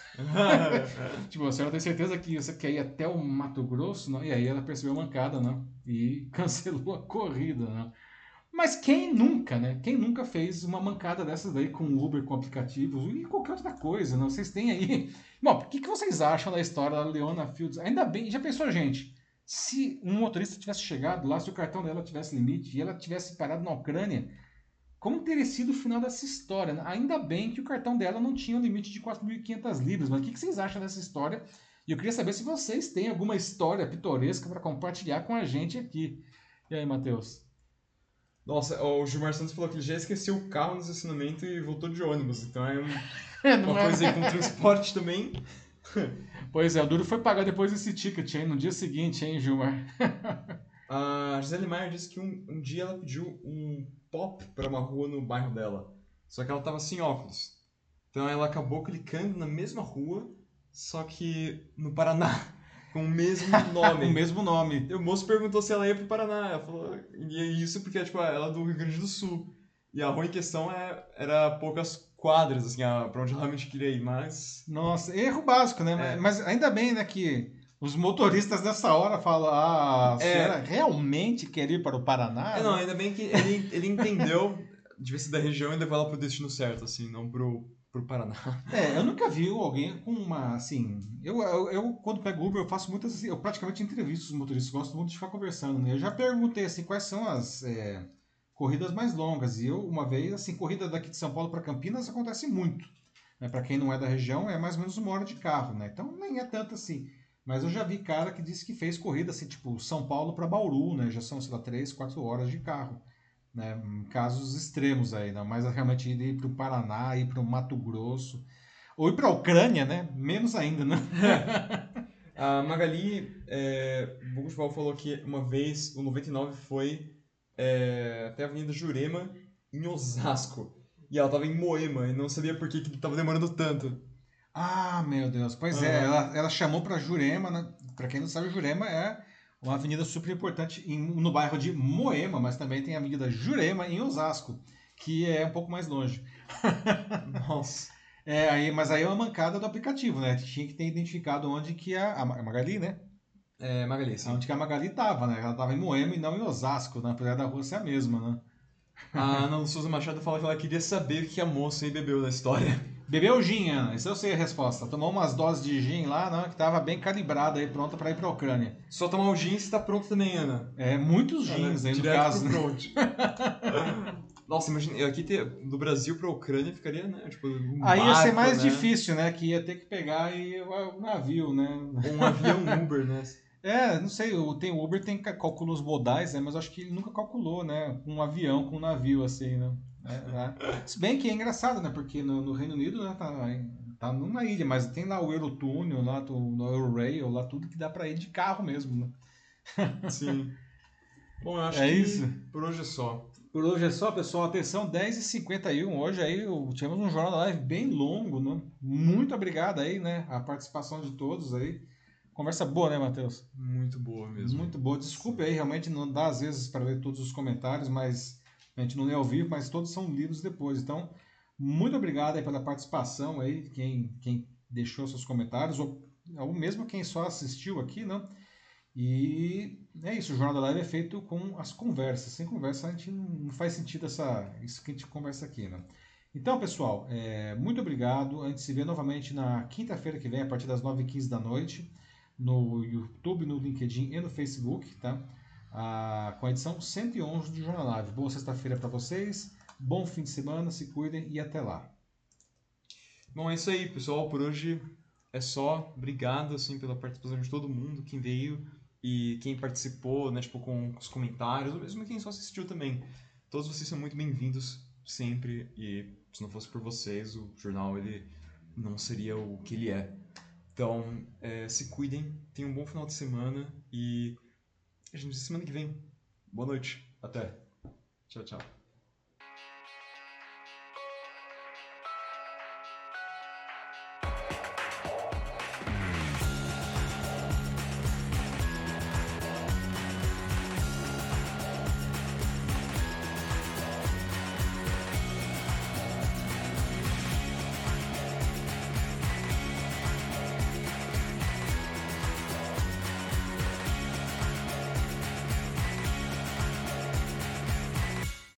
Tipo, a senhora tem certeza que você quer ir até o Mato Grosso? Não? E aí ela percebeu a mancada, né? E cancelou a corrida, né? Mas quem nunca, né? Quem nunca fez uma mancada dessas daí com Uber, com aplicativos e qualquer outra coisa, né? Vocês têm aí. Bom, o que, que vocês acham da história da Leona Fields? Ainda bem, já pensou, gente? Se um motorista tivesse chegado lá, se o cartão dela tivesse limite e ela tivesse parado na Ucrânia, como teria sido o final dessa história, né? Ainda bem que o cartão dela não tinha o limite de quatro mil e quinhentas libras, mas o que, que vocês acham dessa história? E eu queria saber se vocês têm alguma história pitoresca para compartilhar com a gente aqui. E aí, Matheus? Nossa, o Gilmar Santos falou que ele já esqueceu o carro no estacionamento e voltou de ônibus. Então é um- Não uma é? coisa aí com transporte também. Pois é, o duro foi pagar depois esse ticket, hein? No dia seguinte, hein, Gilmar? A Gisele Maier disse que um, um dia ela pediu um pop para uma rua no bairro dela. Só que ela tava sem óculos. Então ela acabou clicando na mesma rua, só que no Paraná, com o mesmo O nome. mesmo nome. E o moço perguntou se ela ia pro Paraná. Ela falou, e é isso porque tipo, ela é do Rio Grande do Sul. E a rua em questão é, era poucas quadras, assim, a- pra onde ela realmente queria ir, mas. Nossa, erro básico, né? Mas, É, mas ainda bem, né, que os motoristas dessa hora falam: ah, a senhora é, realmente quer ir para o Paraná, é não, né? ainda bem que ele, ele entendeu, devia ser da região e levou ela pro destino certo, assim, não pro, pro Paraná. É, eu nunca vi alguém com uma, assim... Eu, eu, eu, quando pego Uber, eu faço muitas, assim, eu praticamente entrevisto os motoristas, gosto muito de ficar conversando, né? Eu já perguntei, assim, quais são as é, corridas mais longas. E eu, uma vez, assim, corrida daqui de São Paulo para Campinas acontece muito. Né? Para quem não é da região, é mais ou menos uma hora de carro, né? Então nem é tanto assim. Mas eu já vi cara que disse que fez corrida, assim, tipo, São Paulo para Bauru, né? Já são, sei lá, três, quatro horas de carro. Né? Em casos extremos aí, né? Mas realmente ir para o Paraná, ir para o Mato Grosso, ou ir para a Ucrânia, né? Menos ainda, né? A Magali é, Buchwald falou que uma vez o noventa e nove foi é, até a Avenida Jurema, em Osasco. E ela tava em Moema e não sabia por que, que tava demorando tanto. Ah, meu Deus. Pois é, Aham. ela, ela chamou para Jurema, né? Para quem não sabe, Jurema é uma avenida super importante em- no bairro de Moema, mas também tem a Avenida Jurema em Osasco, que é um pouco mais longe. Nossa. É, aí, mas aí é uma mancada do aplicativo, né? Tinha que ter identificado onde que a, a Magali, né? É, Magali, sim. Onde que a Magali estava, né? Ela estava em Moema e não em Osasco, né? Apesar da rua ser a mesma, né? A Ana Souza Machado fala que ela queria saber o que a moça aí bebeu na história. Bebeu gin, Ana. Isso eu sei a resposta. Tomou umas doses de gin lá, né? Que estava bem calibrada aí, pronta para ir para a Ucrânia. Só tomar o gin e tá pronto também, Ana. É, muitos Ah, né? gins aí no Direto caso, pro né? front. Nossa, imagina, aqui ter, do Brasil pra Ucrânia ficaria, né? Tipo, um Aí ia ser barco, mais né? difícil, né? Que ia ter que pegar e o navio, né? Ou um avião Uber, né? É, não sei, o, tem, o Uber tem ca- cálculos modais, né? Mas eu acho que ele nunca calculou, né? Com um avião, com um navio, assim, né? É, né? Se bem que é engraçado, né? Porque no, no Reino Unido, né, tá, tá numa ilha, mas tem lá o Eurotúnel, lá, tu- no Eurorail, lá tudo que dá pra ir de carro mesmo, né? Sim. Bom, eu acho É que isso. por hoje é só. Por hoje é só, pessoal. Atenção, dez e cinquenta e um. Hoje aí o- tivemos um Jornal da Live bem longo, né? Muito obrigado aí, né? A participação de todos aí. Conversa boa, né, Matheus? Muito boa mesmo. Muito boa. Desculpe Sim. aí, realmente não dá às vezes para ler todos os comentários, mas a gente não lê ao vivo, mas todos são lidos depois. Então, muito obrigado aí pela participação aí, quem, quem deixou seus comentários, ou, ou mesmo quem só assistiu aqui, né? E é isso, o Jornal da Live é feito com as conversas. Sem conversa a gente não faz sentido essa, isso que a gente conversa aqui, né? Então, pessoal, é, muito obrigado. A gente se vê novamente na quinta-feira que vem, a partir das nove e quinze da noite, no YouTube, no LinkedIn e no Facebook, tá? Ah, com a edição cento e onze do Jornal Live. Boa sexta-feira para vocês, bom fim de semana, se cuidem e até lá. Bom, é isso aí, pessoal. Por hoje é só. Obrigado, assim, pela participação de todo mundo, quem veio e quem participou, né, tipo, com os comentários, ou mesmo quem só assistiu também. Todos vocês são muito bem-vindos sempre e se não fosse por vocês, o jornal ele não seria o que ele é. Então, é, se cuidem, tenham um bom final de semana e a gente se vê semana que vem. Boa noite, até. Tchau, tchau.